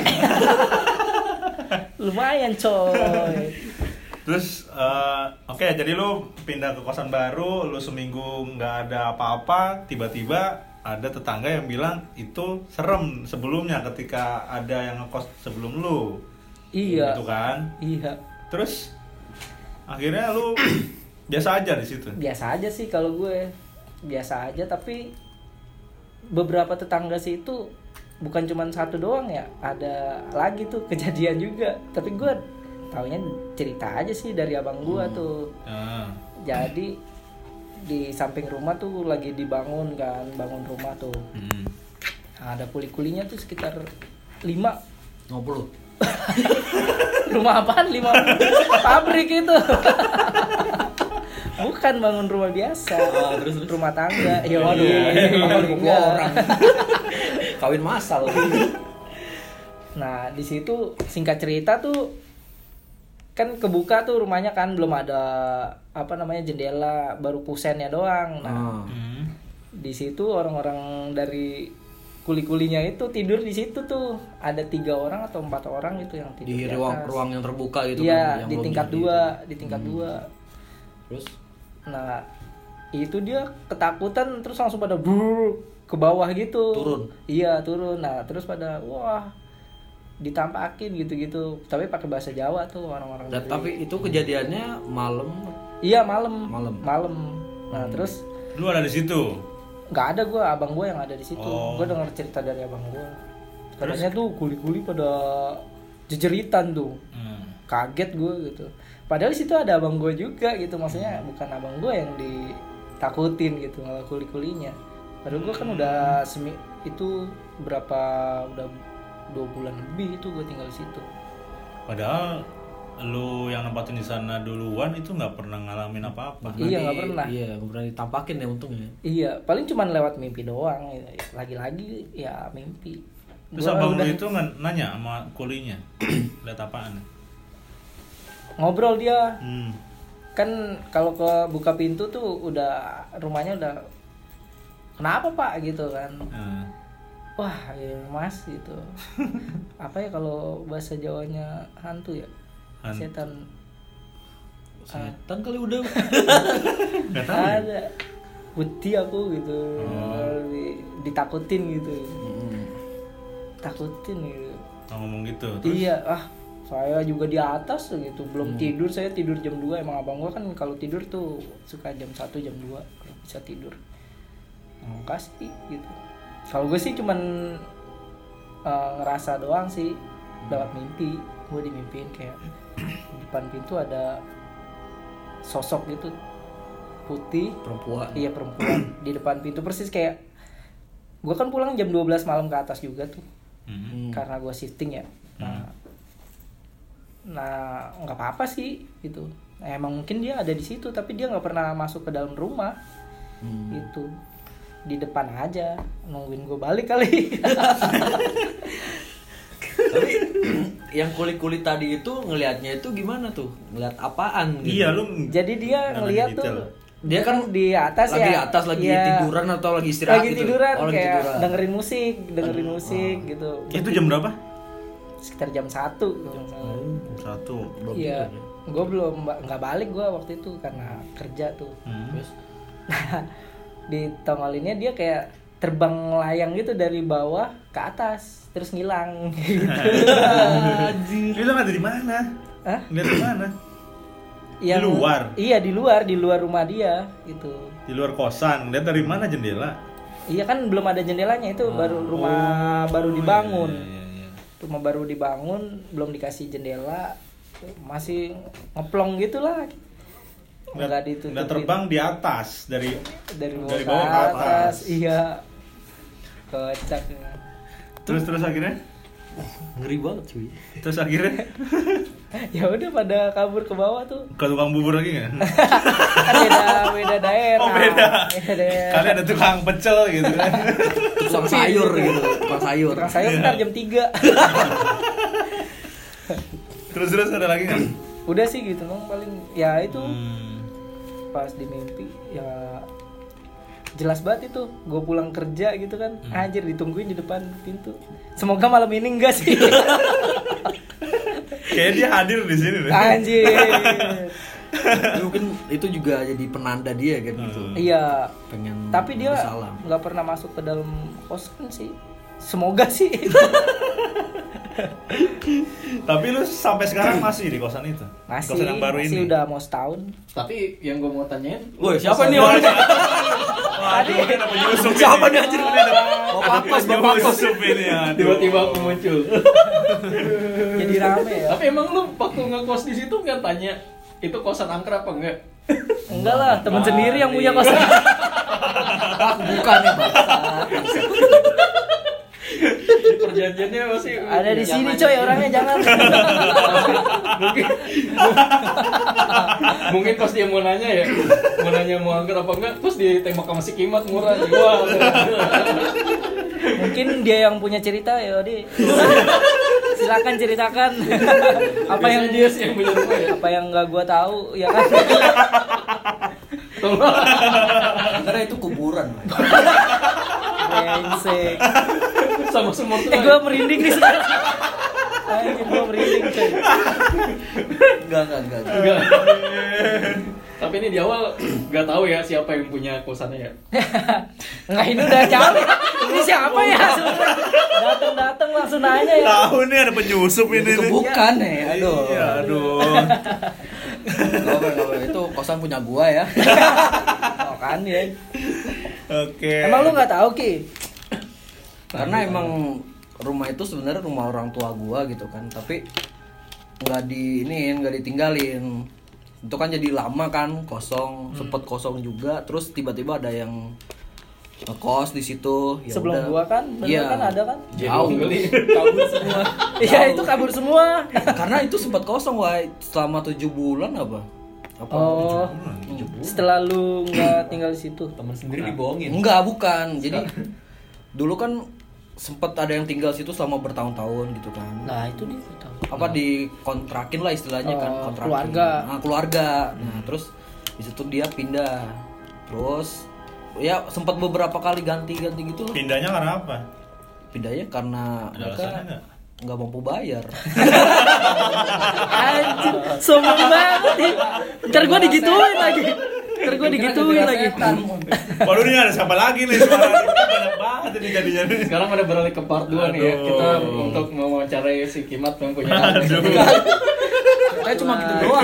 Lumayan coy.
Terus oke, jadi lu pindah ke kosan baru, lu seminggu nggak ada apa-apa, tiba-tiba ada tetangga yang bilang itu serem sebelumnya ketika ada yang ngekos sebelum lu.
Iya.
Gitu kan?
Iya.
Terus akhirnya lu biasa aja di situ.
Biasa aja sih kalau gue. Biasa aja, tapi beberapa tetangga sih itu bukan cuma satu doang ya. Ada lagi tuh kejadian juga. Tapi gue taunya cerita aja sih dari abang gue tuh. Jadi di samping rumah tuh lagi dibangun kan, bangun rumah tuh. Nah, ada kuli-kulinya tuh sekitar 50. Rumah apaan? 50 pabrik itu. Bukan bangun rumah biasa.
Terus.
Rumah tangga. Ya waduh.
Enggak orang. Kawin massal.
Nah, di situ singkat cerita tuh kan kebuka tuh rumahnya kan, belum ada jendela, baru kusennya doang. Nah, di situ orang-orang dari kuli-kulinya itu tidur di situ tuh. Ada 3 orang atau 4 orang gitu yang tidur
Di ruang yang terbuka gitu
iya,
kan.
di tingkat 2, di tingkat 2.
Terus
Nah, itu dia ketakutan terus langsung pada ke bawah gitu.
Turun.
Iya, turun. Nah, terus pada wah ditampakin gitu-gitu. Tapi pakai bahasa Jawa tuh orang-orang.
tapi itu kejadiannya malam.
Iya, malam. Nah, terus
Lu ada di situ?
nggak ada gue, abang gue yang ada di situ. Gue dengar cerita dari abang gue. Katanya tuh kuli-kuli pada jejeritan tuh. Kaget gue gitu. Padahal di situ ada abang gue juga gitu. Maksudnya bukan abang gue yang ditakutin gitu, malah kuli-kulinya. Padahal gue kan udah itu berapa, udah 2 bulan lebih itu gue tinggal di situ.
Padahal lu yang nempatin di sana duluan itu nggak pernah ngalamin apa-apa.
Iya, nggak pernah.
Iya, nggak pernah ditampakin ya untungnya.
Iya, paling cuman lewat mimpi doang. Lagi-lagi ya mimpi.
Terus
Gua
abang lu
udah
itu nanya sama kulinya, lihat apaan?
ngobrol dia. Kan kalau ke buka pintu tuh udah rumahnya udah kenapa Pak gitu kan. Wah ya Mas gitu. Apa ya kalau bahasa Jawanya hantu ya? Setan
kali udah.
Nggak tahu ya?
ada putih aku gitu. Ditakutin gitu. Takutin gitu.
Ngomong gitu. Terus?
Iya, saya juga di atas gitu, belum tidur. Saya tidur jam 2. Emang abang gua kan kalau tidur tuh suka jam 1, jam 2 kalau bisa tidur. Kasih gitu. Kalau gue sih cuman ngerasa doang sih, lewat mimpi. Gue dimimpiin kayak di depan pintu ada sosok gitu putih,
Perempuan.
Iya, perempuan di depan pintu persis kayak gue kan pulang jam 12 malam ke atas juga tuh. Karena gue shifting ya. Nah nggak apa-apa sih gitu. Nah, emang mungkin dia ada di situ tapi dia nggak pernah masuk ke dalam rumah. Itu di depan aja nungguin gue balik kali.
Tapi yang kulit tadi itu ngelihatnya itu gimana tuh? Ngelihat apaan gitu?
Iya, lu.
Jadi dia ngeliat tuh
Dia kan
di atas
lagi
ya.
di atas, lagi
Iya.
tiduran atau lagi istirahat
Lagi
gitu?
tiduran
Oh, lagi
kayak
tiduran.
dengerin musik gitu.
Itu jam berapa?
Sekitar jam 1 kalau nggak salah.
1.
Iya, gue belum nggak balik gue waktu itu karena kerja tuh.
Terus
Di tongolinnya dia kayak terbang layang gitu dari bawah ke atas terus ngilang gitu.
Anjir. Lu ada di mana?
Hah?
Lihat di mana?
Di
luar?
Iya, di luar rumah dia gitu.
Di luar kosan. Lihat dari mana jendela?
Iya kan belum ada jendelanya itu, baru rumah baru dibangun.
Iya.
Rumah baru dibangun, belum dikasih jendela, masih ngeplong gitulah. Nggak ditutupin.
Nggak terbang di atas dari
bawah
bawah
ke
ke
atas. Iya. Kocak.
Terus akhirnya?
ngeri banget cuy.
Terus akhirnya
Ya udah pada kabur ke bawah tuh.
ke tukang bubur lagi nggak?
Kan beda daerah.
Oh, beda.
Daerah.
Kali ada tukang pecel gitu kan?
Tukang sayur gitu, tukang sayur.
Tukang sayur ntar jam 3.
Terus ada lagi nggak?
Udah sih gitu dong paling. Ya itu pas di mimpi ya jelas banget itu gue pulang kerja gitu kan, anjir ditungguin di depan pintu. Semoga malam ini enggak sih.
Kayaknya dia hadir di sini deh.
Anjir.
Tapi mungkin itu juga jadi penanda dia kan gitu.
Iya.
Pengen
Tapi dia
salam.
nggak pernah masuk ke dalam kosan sih. Semoga sih.
Tapi lu sampai sekarang masih di kosan itu?
Masih.
Kosan yang baru
masih
ini?
udah mau setahun.
Tapi yang gue mau tanyain,
Woi, siapa nih orangnya?
Waduh, ini apa Yusuf ini?
Siapa nih anjir?
Bapak kos Yusuf ini ya.
tiba-tiba aku muncul.
Jadi rame ya.
Tapi emang lu waktu ngekos di situ nggak tanya itu kosan angker apa enggak?
Enggak lah, teman sendiri yang punya kosan.
Aku bukan nih, bangsat.
Perjanjiannya masih
Ada di sini coy orangnya, jangan.
mungkin pas dia mau nanya ya, mau angker apa enggak, terus ditembak sama si Kimat murah. Wah.
Mungkin dia yang punya cerita ya, Odi. Silakan ceritakan. Apa yang
Biasanya dia sih yang punya rumah ya.
apa yang nggak gua tahu ya kan.
Karena itu kuburan, man.
Brengsek.
Sama sumur tuh.
Gua merinding nih sekarang. Anjir, gua merinding coy.
Enggak.
Enggak. Tapi ini di awal nggak tahu ya siapa yang punya kosannya ya.
Enggak, ini udah jauh. Ini siapa ya? Datang langsung nanya ya.
Tahu nih ada penyusup ini
Itu
nih.
bukan ya. Aduh.
Iya, aduh.
Gak apa. Itu kosan punya gua ya.
Oh kan ya.
Oke.
Emang lu nggak tahu Ki?
Karena emang rumah itu sebenarnya rumah orang tua gua gitu kan, tapi nggak ditinggalin. Itu kan jadi lama kan kosong, sempet kosong juga, terus tiba-tiba ada yang ngekos di situ. Ya
Sebelum
udah.
gua kan, bener
Iya.
kan ada kan?
Jauh.
Kabur semua.
Iya itu kabur semua.
Karena itu sempat kosong wah selama 7 bulan apa?
Oh, setelah lu nggak tinggal di situ.
Temen sendiri dibohongin.
Enggak, bukan. Jadi dulu kan sempat ada yang tinggal situ selama bertahun-tahun gitu kan.
Nah itu dia tahu.
Apa dikontrakin lah istilahnya kan,
Oh,
kontrakin.
keluarga.
Nah, keluarga. Nah, terus di situ dia pindah. Terus ya sempat beberapa kali ganti-ganti gitu loh.
Pindahnya karena apa?
Pindahnya karena
Ada alasannya nggak?
nggak mampu bayar.
Anjir, sombong banget ya. Ntar gua digituin lagi.
Waduh, ini ada siapa lagi nih? Suara banyak banget ini jadinya.
Sekarang udah beralih ke part 2 nih ya.
Aduh.
Kita untuk mewawancarai si Kimat yang punya.
Aduh.
Kayak cuma gitu doang.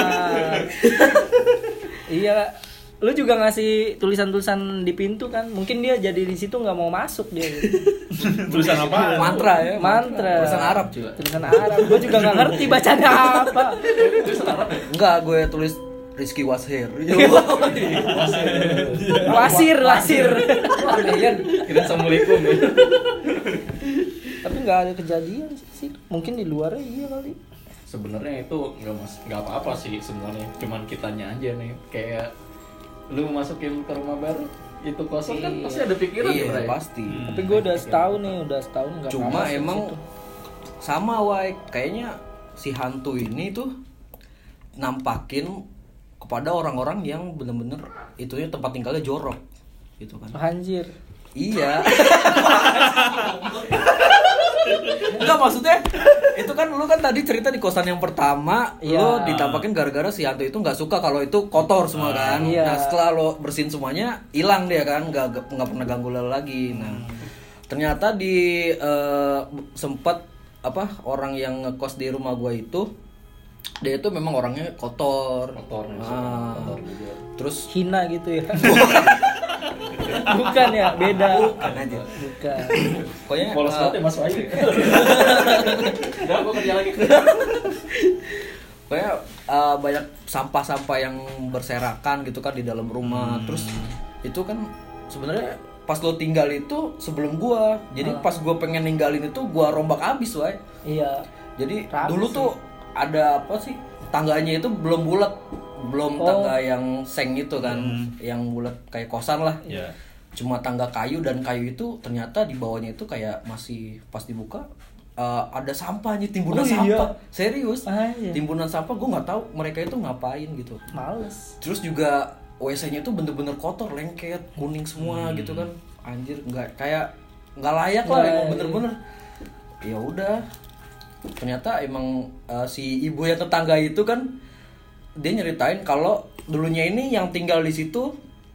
Iya, lu juga ngasih tulisan-tulisan di pintu kan? Mungkin dia jadi di situ nggak mau masuk dia.
Tulisan apa?
Mantra ya.
Mantra.
Tulisan Arab juga.
Tulisan Arab. Gua juga nggak ngerti bacanya apa.
Enggak, gue tulis Rizky Washir.
Wasir.
Kira assalamualaikum ya.
Tapi nggak ada kejadian sih. Mungkin di luar iya kali.
Sebenarnya itu nggak apa-apa sih sebenarnya. Cuman kitanya aja nih kayak lu masukin ke rumah baru itu kosong kan
Iya.
pasti ada pikiran ya,
Iya,
Bray?
pasti.
Tapi gua udah setahun nggak
Cuma
pernah masuk
emang
situ.
sama Wai, kayaknya si hantu ini tuh nampakin kepada orang-orang yang bener-bener itunya tempat tinggalnya jorok gitu kan.
Anjir.
Iya. Enggak, maksudnya itu kan lu kan tadi cerita di kosan yang pertama
Iya.
lu ditampakin gara-gara si hantu itu nggak suka kalau itu kotor semua kan.
Iya.
Nah setelah lo bersihin semuanya hilang dia kan, nggak pernah ganggu lo lagi. Nah ternyata di sempat apa orang yang ngekos di rumah gua itu dia itu memang orangnya kotor.
Kotor juga.
Terus
Hina gitu ya. Bukan ya, beda.
bukan aja.
Bukan.
Pokoknya
Polos banget ya Mas Wahyu. Udah gua kerja lagi.
Kayak banyak sampah-sampah yang berserakan gitu kan di dalam rumah. Terus itu kan sebenarnya pas lo tinggal itu sebelum gua. Jadi pas gua pengen ninggalin itu gua rombak abis, Wai.
Iya.
Jadi
Rapi
dulu
sih.
tuh ada apa sih? Tangganya itu belum bulat. Belum tangga yang seng itu kan, yang bulat kayak kosan lah.
Iya.
Cuma tangga kayu, dan kayu itu ternyata di bawahnya itu kayak masih pas dibuka ada sampahnya, timbunan
Oh, iya.
sampah. Serius.
Anjir.
Timbunan sampah, gue nggak tahu mereka itu ngapain gitu.
Males.
Terus juga WC-nya itu bener-bener kotor, lengket, kuning semua gitu kan. Anjir, nggak layak lah,
Nggak
emang
layak.
bener-bener. Ya udah. Ternyata emang si ibu yang tetangga itu kan dia nyeritain kalau dulunya ini yang tinggal di situ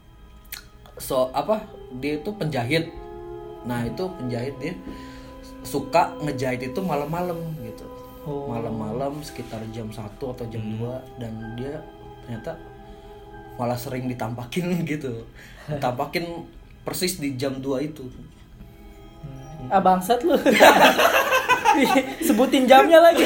dia itu penjahit. Nah itu penjahit, dia suka ngejahit itu malam-malam gitu. Malam-malam sekitar jam 1 atau jam 2, dan dia ternyata malah sering ditampakin gitu. Ditampakin persis di jam 2 itu.
Bangsat lu. Sebutin jamnya lagi.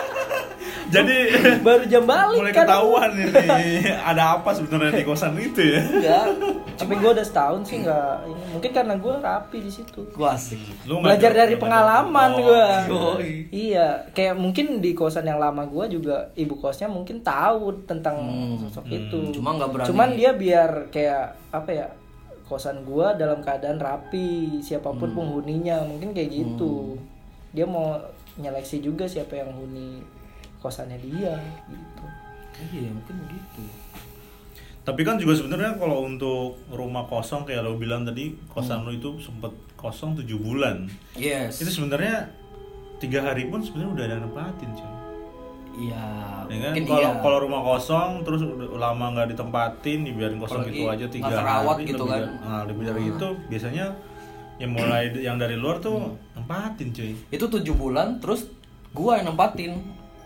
Jadi
baru jam balik
mulai
kan.
ketahuan ini ada apa sebenarnya di kosan itu ya.
Enggak,
Tapi gue udah setahun sih nggak ini. Mungkin karena gue rapi di situ.
gua asik.
Lu
Belajar
ngajar-
dari pengalaman
Oh,
gue.
yoi.
Iya, kayak mungkin di kosan yang lama gue juga ibu kosnya mungkin tahu tentang sosok itu.
Cuma nggak berani.
Cuman dia biar kayak apa ya? Kosan gue dalam keadaan rapi, siapapun penghuninya, mungkin kayak gitu. Dia mau nyeleksi juga siapa yang huni kosannya dia gitu.
Iya mungkin begitu.
Tapi kan juga sebenarnya kalau untuk rumah kosong kayak lo bilang tadi, kosan lo itu sempet kosong 7 bulan.
Yes.
Itu sebenarnya 3 hari pun sebenarnya udah ada yang nempatin, cuy.
Iya.
Ya kan?
Mungkin
Kalau rumah kosong terus udah lama nggak ditempatin, dibiarin kosong
Apalagi
gitu aja 3
nggak terawat
hari.
gitu
lebih
kan.
lebih dari itu biasanya yang mulai yang dari luar tuh nempatin, cuy.
Itu 7 bulan terus gua yang nempatin.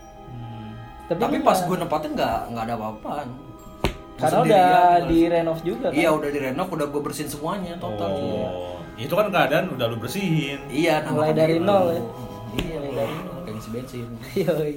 Tapi
ini
pas
nggak-
gua nempatin nggak ada apa-apaan. Gua
karena
sendirian
udah
tinggal
di
situ.
renov juga kan.
Iya udah direnov, udah gua bersihin semuanya total.
Oh, itu kan keadaan udah lu bersihin.
Iya, nah,
Mulai
makanya
dari
gitu.
nol ya.
Iya, mulai dari nol. Kayak ngisi bensin.
Yoi.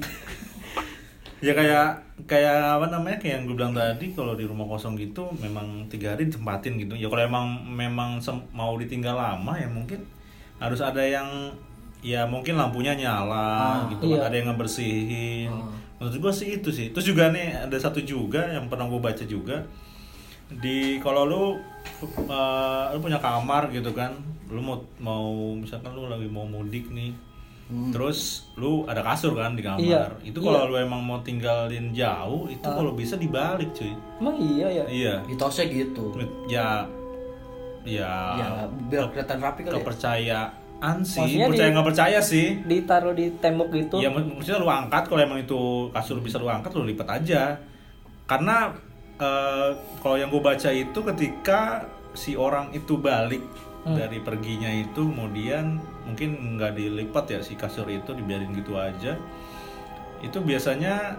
Ya kayak apa namanya, kayak yang gue bilang tadi, kalau di rumah kosong gitu memang 3 hari ditempatin gitu. Ya kalau memang mau ditinggal lama ya mungkin harus ada yang ya mungkin lampunya nyala gitu kan,
iya.
ada yang ngebersihin. Menurut gue sih itu sih. Terus juga nih ada satu juga yang pernah gue baca juga, di kalau lu punya kamar gitu kan, lu mau misalkan lu lagi mau mudik nih, terus lu ada kasur kan di kamar.
Iya.
Itu kalau lu emang mau tinggalin jauh itu kalau bisa dibalik, cuy.
Emang iya ya.
Iya.
Mitosnya gitu.
Ya
Ya, biar kelihatan rapi kali ya.
kepercayaan sih.
Maksudnya
Percaya nggak percaya sih.
Ditaruh di tembok gitu.
Ya maksudnya lu angkat, kalau emang itu kasur bisa lu angkat, lu lipat aja. Karena kalau yang gue baca itu ketika si orang itu balik dari perginya itu, kemudian mungkin nggak dilipat ya si kasur itu, dibiarin gitu aja. Itu biasanya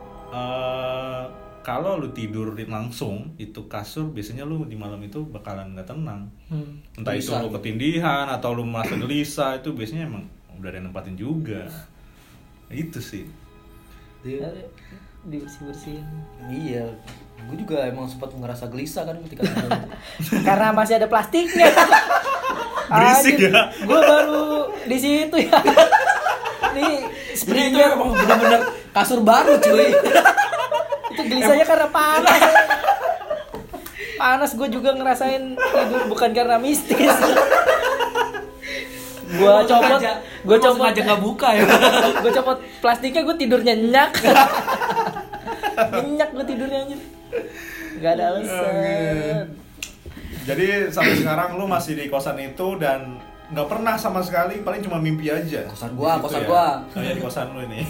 kalau lu tidur langsung, itu kasur biasanya lu di malam itu bakalan nggak tenang. Entah itu lu ketindihan atau lu merasa gelisah, itu biasanya emang udah ada yang nempatin juga. Itu sih.
Dibersih-bersihin.
Iya. Gue juga emang sempat ngerasa gelisah kan ketika tidur.
Karena masih ada plastiknya.
Berisik ya.
Gue baru di situ ya. Nih
Jadi itu
springnya
emang bener-bener kasur baru cuy.
itu gelisahnya karena panas. Panas gue juga ngerasain tidur bukan karena mistis. Gue copot
aja nggak buka ya.
gue copot plastiknya, gue tidur nyenyak. Nyenyak gue tidurnya anjir. Gak ada alasan.
Jadi sampai sekarang lu masih di kosan itu dan nggak pernah sama sekali, paling cuma mimpi aja.
Kosan
Di
gua,
situ
kosan
ya?
gua.
Oh ya, di kosan lu ini.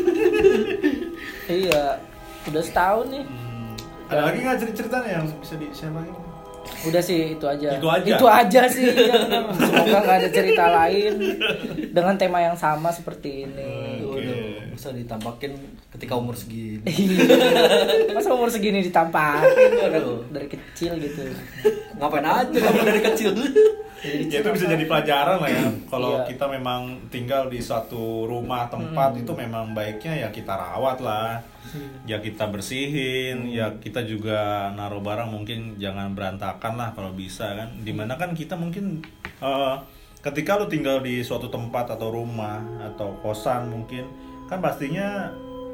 Iya, udah setahun nih.
Ada lagi nggak cerita-ceritanya yang bisa di-share lagi?
Udah sih itu aja.
Itu aja?
Itu aja sih. Ya. Semoga nggak ada cerita lain dengan tema yang sama seperti ini.
Waduh, bisa ditampakin ketika umur segini.
Masa umur segini ditampakin? Waduh, dari kecil gitu.
Ngapain aja kamu dari kecil?
Ya itu bisa jadi pelajaran lah ya. Kalau
Iya.
kita memang tinggal di suatu rumah tempat itu memang baiknya ya kita rawat lah. Ya kita bersihin, ya kita juga naruh barang mungkin jangan berantakan lah kalau bisa kan. Dimana kan kita mungkin ketika lu tinggal di suatu tempat atau rumah atau kosan mungkin kan pastinya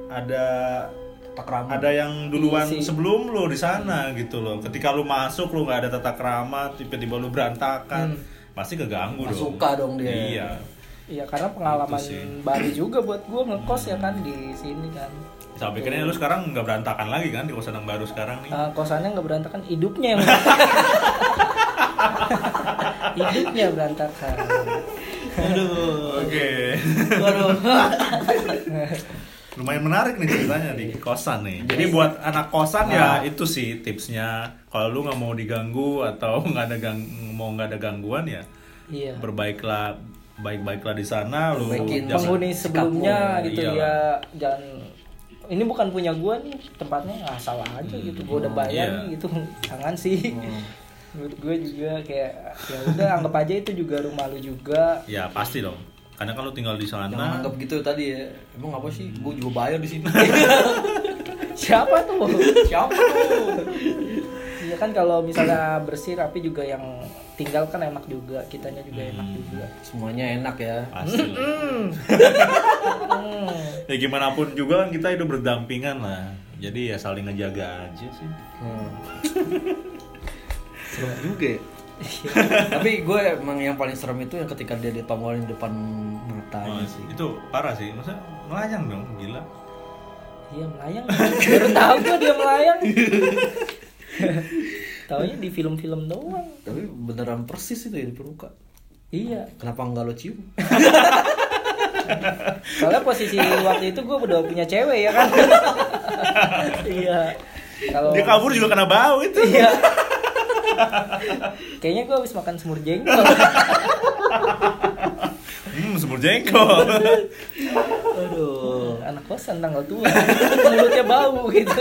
ada yang duluan
Isi.
sebelum lu di sana gitu loh. Ketika lu masuk lu nggak ada tata krama, tiba-tiba lu berantakan, pasti keganggu
Nggak
dong.
suka dong dia.
Iya.
Iya, karena pengalaman
Itu sih.
baru juga buat gue ngekos ya kan di sini kan.
Sampai akhirnya lu sekarang nggak berantakan lagi kan di kosan yang baru sekarang nih.
Kosannya nggak berantakan, hidupnya yang hidupnya berantakan.
Aduh.
Oke.
Waduh.
lumayan menarik nih ceritanya di kosan nih. Jadi buat anak kosan ya itu sih tipsnya. Kalau lu nggak mau diganggu atau nggak ada gangguan ya,
Iya.
baiklah di sana. Lu
Perbaikin
Penghuni sebelumnya
sikapmu,
gitu
iyalah.
ya, jangan ini bukan punya gua nih tempatnya, nggak salah aja gitu, gua udah bayar
Iya.
nih gitu, jangan sih. Menurut gue juga kayak ya udah anggap aja itu juga rumah lu juga.
Ya pasti dong. Karena kalau tinggal di sana.
Jangan anggap gitu tadi ya. Emang apa sih? Gue juga bayar di sini.
Siapa tuh?
Siapa tuh?
Iya kan kalau misalnya bersih rapi juga yang tinggal kan enak juga, kitanya juga enak juga.
Semuanya enak ya.
Pasti. Ya gimana pun juga kan kita hidup berdampingan lah. Jadi ya saling ngejaga aja sih.
Serem juga ya. Tapi gue emang yang paling serem itu yang ketika dia ditongolin di depan matanya sih.
Itu parah sih. Maksudnya melayang dong, gila.
Iya melayang. Baru tahu gue dia melayang. Taunya di film-film doang.
Tapi beneran persis itu ya di peluka.
Iya.
Kenapa enggak lo cium?
Soalnya posisi waktu itu gue udah punya cewek ya kan. Iya. Kalau
Dia kabur juga kena bau itu.
Iya. Kayaknya gue habis makan semur jengkol.
Semur jengkol.
Aduh, anak kosan tanggal tua. Mulutnya bau gitu.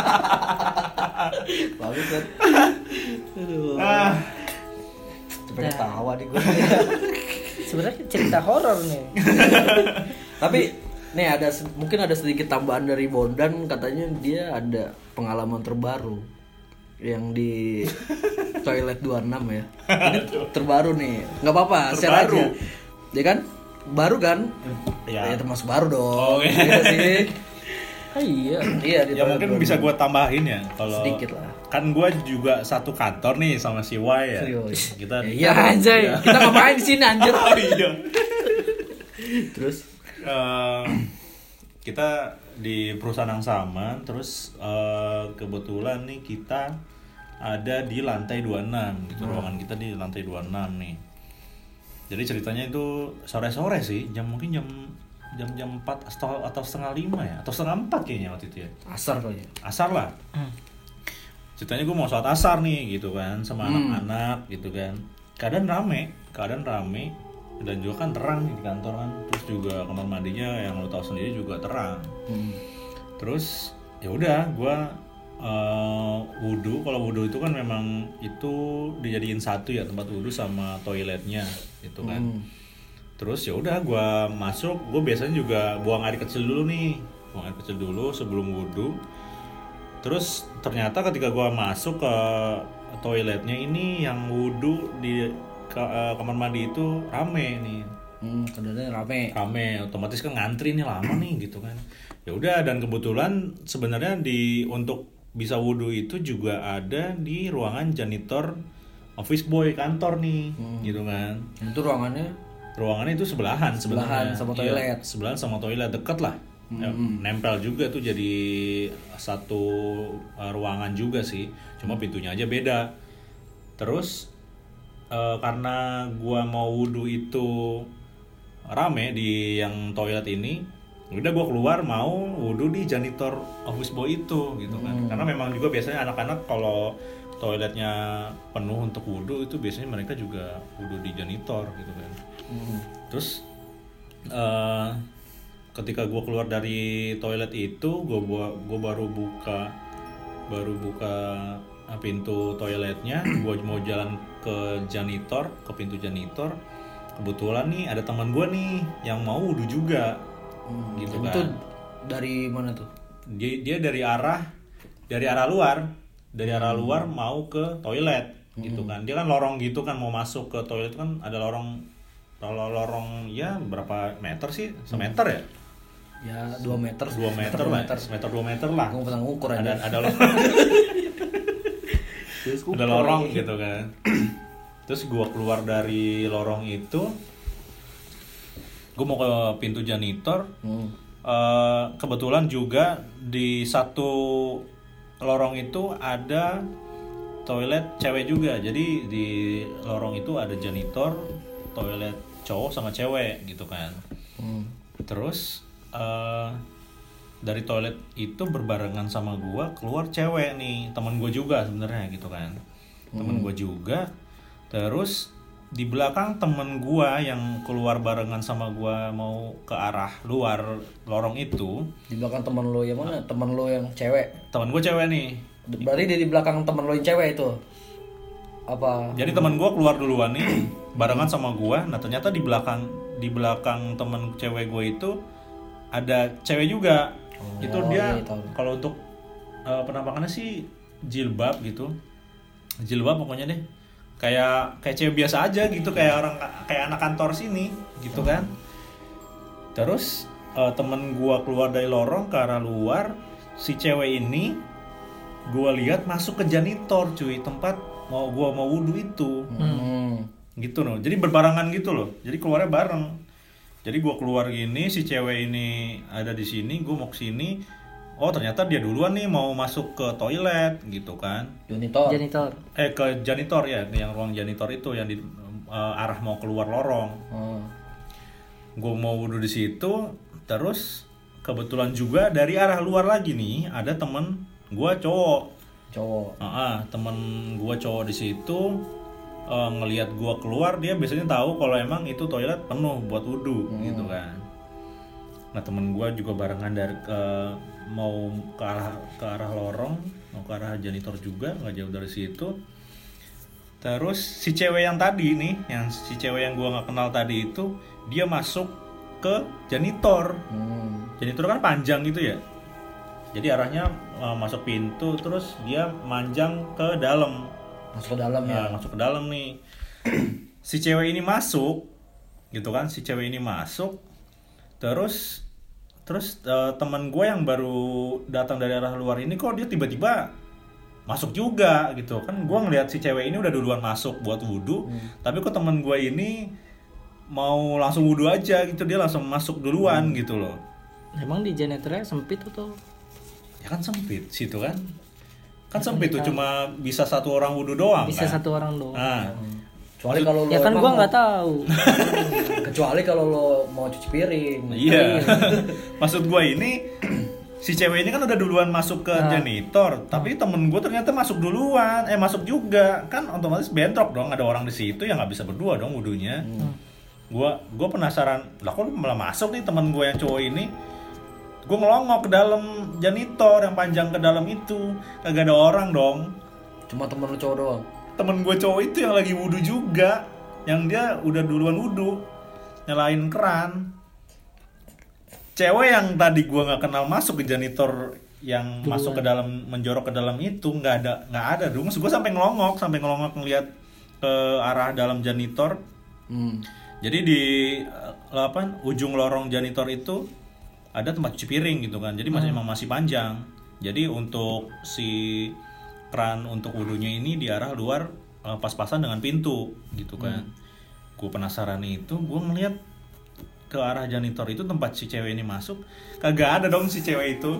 Bagus kan? Aduh. Cepet tawa di gue.
Sebenarnya cerita horor nih.
Tapi nih mungkin ada sedikit tambahan dari Bondan, katanya dia ada pengalaman terbaru yang di toilet 26 ya. Ini terbaru nih. Nggak apa-apa, share
Terbaru.
aja. Ya kan? Baru kan?
Ya.
Ya termasuk baru dong.
Oh, iya.
Iya sih.
Ah, iya.
Iya, di
Ya
toilet
mungkin
26.
bisa gue tambahin ya kalau
Sedikit lah.
kan gue juga satu kantor nih sama si Y ya.
Serius.
Kita
Iya anjay. Kita ngapain di sini anjir?
Oh, iya.
Terus
Kita di perusahaan yang sama, terus kebetulan nih kita ada di lantai 26 gitu. Ruangan kita di lantai 26 nih. Jadi ceritanya itu sore-sore sih, mungkin jam 4 atau setengah 5 ya, atau setengah 4 kayaknya waktu itu ya.
asar kali ya.
Asar lah. Ceritanya gue mau sholat asar nih gitu kan, sama anak-anak gitu kan. Keadaan rame dan juga kan terang nih di kantor kan. Terus juga kamar mandinya yang lo tahu sendiri juga terang. Terus ya udah gue wudhu. Kalau wudhu itu kan memang itu dijadiin satu ya, tempat wudhu sama toiletnya gitu kan. Terus ya udah gue masuk, gue biasanya juga buang air kecil dulu sebelum wudhu. Terus ternyata ketika gue masuk ke toiletnya ini, yang wudhu di kamar mandi itu rame nih.
Keadaannya rame.
Otomatis kan ngantri nih lama nih gitu kan. Ya udah, dan kebetulan sebenarnya untuk bisa wudhu itu juga ada di ruangan janitor office boy kantor nih gitu kan.
Itu ruangannya
Ruangannya itu sebelahan sebenarnya.
sama
Iya,
toilet.
sebelahan sama toilet, deket lah. Ya, nempel juga tuh, jadi satu ruangan juga sih, cuma pintunya aja beda. Terus karena gua mau wudhu itu rame di yang toilet ini, udah gua keluar mau wudhu di janitor office boy itu gitu kan. Karena memang juga biasanya anak-anak kalau toiletnya penuh untuk wudhu itu biasanya mereka juga wudhu di janitor gitu kan. Terus ketika gue keluar dari toilet itu, gue baru buka pintu toiletnya, gue mau jalan ke pintu janitor. Kebetulan nih ada teman gue nih yang mau wudhu juga, gitu kan.
Itu dari mana tuh?
Dia dari arah luar mau ke toilet, gitu kan. Dia kan lorong gitu kan, mau masuk ke toilet kan ada lorong ya berapa meter sih? Semeter ya?
Ya 2 meter.
2 meter lah. Semeter 2 meter lah.
Aku pernah ngukur aja.
Ada lorong gitu kan. Terus gua keluar dari lorong itu, gua mau ke pintu janitor. Kebetulan juga di satu lorong itu ada toilet cewek juga. Jadi di lorong itu ada janitor, toilet cowok sama cewek gitu kan. Terus dari toilet itu berbarengan sama gua keluar cewek nih, teman gua juga sebenarnya gitu kan. Temen gua juga. Terus di belakang temen gua yang keluar barengan sama gua mau ke arah luar lorong itu,
Di belakang teman lo yang mana? Teman lo yang cewek.
temen gua cewek nih.
Berarti di belakang teman lo yang cewek itu. Apa?
Jadi teman gua keluar duluan nih barengan sama gua. Nah, ternyata di belakang temen cewek gua itu ada cewek juga. Itu dia
iya, tahu.
kalau untuk penampakannya sih jilbab gitu. Jilbab pokoknya deh. Kayak cewek biasa aja gitu, kayak anak kantor sini gitu kan. Terus temen gua keluar dari lorong ke arah luar, si cewek ini gua lihat masuk ke janitor cuy, tempat gua mau wudhu itu. Gitu loh. Jadi berbarengan gitu loh. Jadi keluarnya bareng. Jadi gue keluar gini, si cewek ini ada di sini, gue mau kesini. Oh ternyata dia duluan nih mau masuk ke toilet gitu kan.
Janitor.
Ke janitor ya, yang ruang janitor itu yang di arah mau keluar lorong. Gue mau wudhu di situ, terus kebetulan juga dari arah luar lagi nih ada temen gue cowok. Temen gue cowok di situ. Ngelihat gua keluar, dia biasanya tahu kalau emang itu toilet penuh buat wudhu gitu kan. Nah temen gua juga barengan dari mau ke arah lorong, mau ke arah janitor juga, nggak jauh dari situ. Terus si cewek yang tadi nih, si cewek yang gua nggak kenal tadi itu, dia masuk ke janitor. Janitor kan panjang gitu ya. Jadi arahnya masuk pintu, terus dia manjang ke dalam.
Masuk ke dalam ya.
Masuk ke dalam nih. Si cewek ini masuk gitu kan, si cewek ini masuk. Terus teman gue yang baru datang dari arah luar ini kok dia tiba-tiba masuk juga gitu kan. Gue ngeliat si cewek ini udah duluan masuk buat wudhu, tapi kok teman gue ini mau langsung wudhu aja gitu, dia langsung masuk duluan gitu loh.
Emang di janitornya sempit atau?
Ya kan sempit situ kan. Kan sempit tuh, cuma bisa satu orang wudhu doang
Bisa
kan?
satu orang doang.
Nah,
Kecuali kalau lo
Ya kan gua nggak tahu.
Kecuali kalau lo mau cuci piring.
iya. Maksud gue ini si cewek ini kan udah duluan masuk ke janitor, tapi temen gue ternyata masuk duluan, masuk juga, kan otomatis bentrok dong, ada orang di situ yang nggak bisa berdua dong wudhunya. Gue penasaran, lah kok malah masuk nih temen gue yang cowok ini. Gue ngelongok ke dalam janitor yang panjang ke dalam itu, kagak ada orang dong.
Cuma temen lo cowok doang.
Temen gue cowok itu yang lagi wudhu juga, yang dia udah duluan wudhu, nyalain keran. Cewek yang tadi gue nggak kenal masuk ke janitor yang masuk ke dalam, menjorok ke dalam itu nggak ada dong. Gue sampai ngelongok ngeliat ke arah dalam janitor. Jadi di ujung lorong janitor itu ada tempat cuci piring gitu kan. Jadi masih panjang. Jadi untuk si keran untuk wudhunya ini di arah luar pas-pasan dengan pintu gitu kan. Gue penasaran itu, gue ngeliat ke arah janitor itu tempat si cewek ini masuk, kagak ada dong si cewek itu.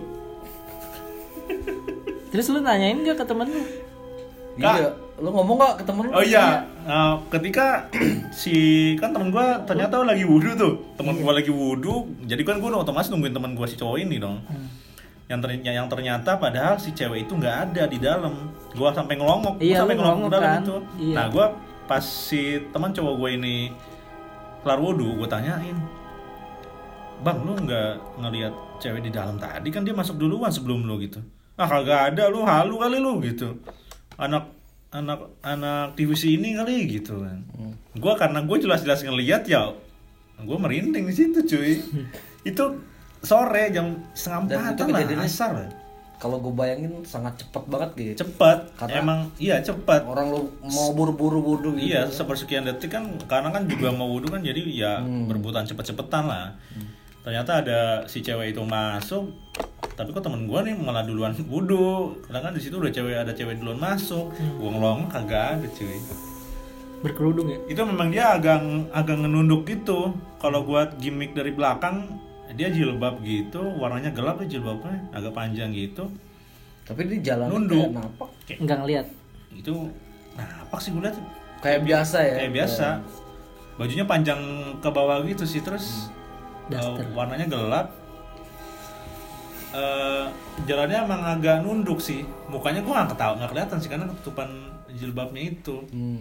Terus lu nanyain gak ke temen lu?
Iya, lo ngomong gak ke temen lo?
Oh iya, ketika kan temen gue ternyata lagi wudhu tuh, temen gue lagi wudhu, jadi kan gue otomatis nungguin temen gue si cowok ini dong. Yang ternyata padahal si cewek itu nggak ada di dalam. Gue sampai ngelongok, ke dalam
kan?
itu.
Iya.
Nah gue pas si teman cowok gue ini kelar wudhu, gue tanyain, bang lu nggak ngelihat cewek di dalam tadi, kan dia masuk duluan sebelum lu gitu. Ah kagak ada, lu halu kali lu gitu. Anak TVC ini kali gitu kan. Karena gue jelas-jelas ngelihat ya, gue merinding di situ cuy. Itu sore jam 3:30 lah, asar.
Kalau gue bayangin sangat cepat banget gitu.
Cepat,
Karena
emang iya cepat.
Orang lo mau buru-buru wudhu gitu.
Iya, sepersekian detik kan, karena kan juga mau wudhu kan, jadi ya berebutan cepet-cepetan lah. Ternyata ada si cewek itu masuk, tapi kok temen gue nih malah duluan wudhu. Karena kan di situ ada cewek duluan masuk. Gue ngelong kagak ada cuy.
Berkerudung ya?
Itu memang dia agak ngenunduk gitu. Kalau buat gimmick dari belakang, dia jilbab gitu, warnanya gelap ya jilbabnya, agak panjang gitu.
Tapi di jalan
Nunduk.
kayak napak.
Enggak ngeliat.
Itu napak sih gue liat.
Kayak biasa ya.
Kayak biasa. Bajunya panjang ke bawah gitu sih, terus
Duster.
warnanya gelap. jalannya emang agak nunduk sih. Mukanya gue nggak kelihatan sih karena ketutupan jilbabnya itu.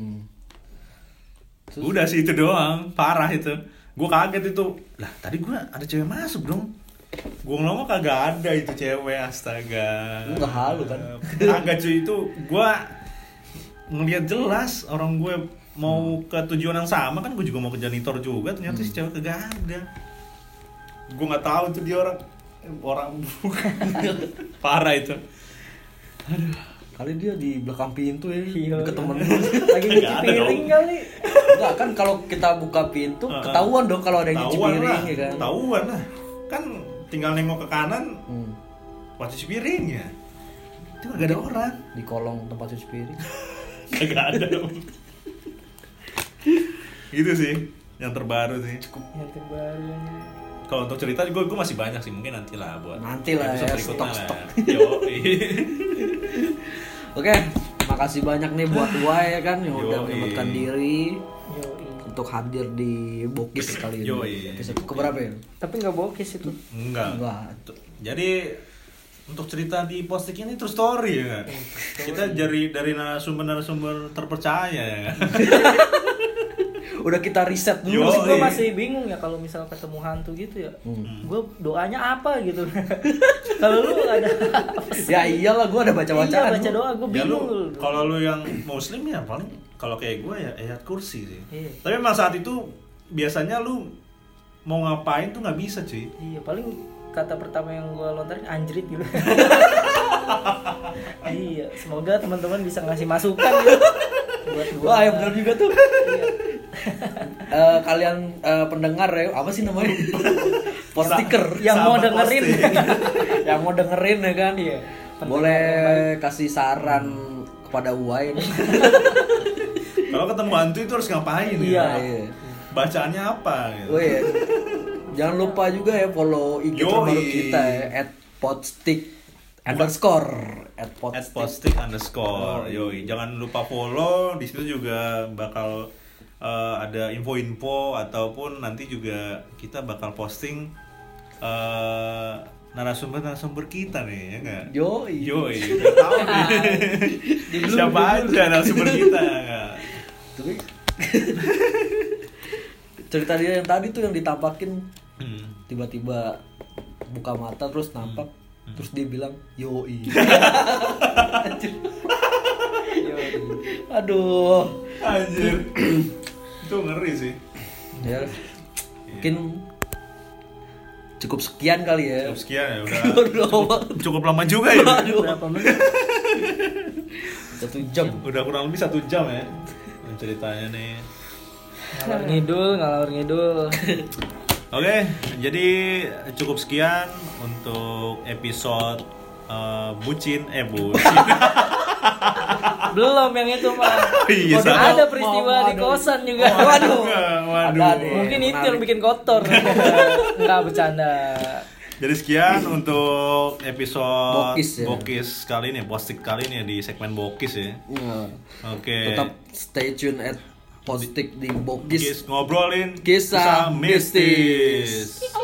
Udah sih itu doang, parah itu. Gue kaget itu. Lah tadi gue ada cewek masuk dong. Gue ngomong kagak ada itu cewek, astaga.
Lu nggak halu kan?
Kagak cuy, itu gue ngelihat jelas orang gue mau ke tujuan yang sama kan, gue juga mau ke janitor juga, ternyata si cewek kagak ada. Gue nggak tahu tuh dia orang bukan. Parah itu. Aduh.
Kali dia di belakang pintu ya, deket temen.
Lagi nyuci piring kali.
Enggak kan, kalau kita buka pintu ketahuan dong kalau ada yang nyuci piring ya kan.
Ketahuan lah. Kan tinggal nengok ke kanan, pas cuci piringnya. Itu gak ada orang.
Di kolong tempat cuci piring.
Gak ada. Gitu sih, yang terbaru sih.
Yang terbaru.
Kalau untuk cerita gue masih banyak sih, mungkin nanti lah buat
ya,
berikutnya
stok. Oke, makasih banyak nih buat Wai ya kan yang udah menyempatkan diri untuk hadir di Bokis kali ini. Episode keberapa ya?
Tapi nggak Bokis itu.
Enggak. Jadi untuk cerita di posting ini true story ya kan. Kita dari narasumber terpercaya ya kan.
Udah kita riset dulu.
Gue masih bingung ya kalau misal ketemu hantu gitu ya. Gue doanya apa gitu. Kalau lu ada apa sih?
Ya iyalah, gue ada baca-bacaan.
Iya, baca doa, gue bingung.
Ya kalau lu yang muslim ya paling kalau kayak gue ya ayat kursi sih.
Iya.
Tapi memang saat itu biasanya lu mau ngapain tuh nggak bisa cuy.
Iya, paling kata pertama yang gue lontarin anjrit gitu. Iya, semoga teman-teman bisa ngasih masukan gitu. Buat gua.
Wah, ya benar juga tuh. Kalian pendengar ya, apa sih namanya? Post sticker
yang mau dengerin.
Yang mau dengerin ya kan?
Iya.
Boleh kasih saran kepada Uwai.
Kalau ketemu hantu itu harus ngapain
Iya.
ya? Bacaannya apa gitu.
Oh iya. Jangan lupa juga ya follow IG terbaru kita ya, @podstick_.
Yoi. Jangan lupa follow, di situ juga bakal ada info-info ataupun nanti juga kita bakal posting narasumber kita nih ya nggak?
Yoi.
Udah tahu nih. Siapa aja narasumber kita ya nggak?
Tapi cerita dia yang tadi tuh yang ditampakin tiba-tiba buka mata terus nampak terus dia bilang yoi. Aduh.
Anjir. Itu ngeri sih.
Ya. Mungkin cukup sekian kali ya.
Cukup sekian ya udah. Cukup lama juga ya.
Berapa menit?
1 jam.
Udah kurang lebih 1 jam ya ceritanya nih.
Ngalor ngidul.
Oke, jadi cukup sekian untuk episode bucin.
Belum yang itu mah.
Iya,
Ada peristiwa di kosan juga.
Waduh.
Mungkin itu yang bikin kotor. Enggak bercanda.
Jadi sekian untuk episode
Bokis ya.
Bokis kali ini, posting kali ini ya, di segmen Bokis ya. Oke.
Tetap stay tune at Postik di Bokis.
Ngobrolin
Kisah mistis.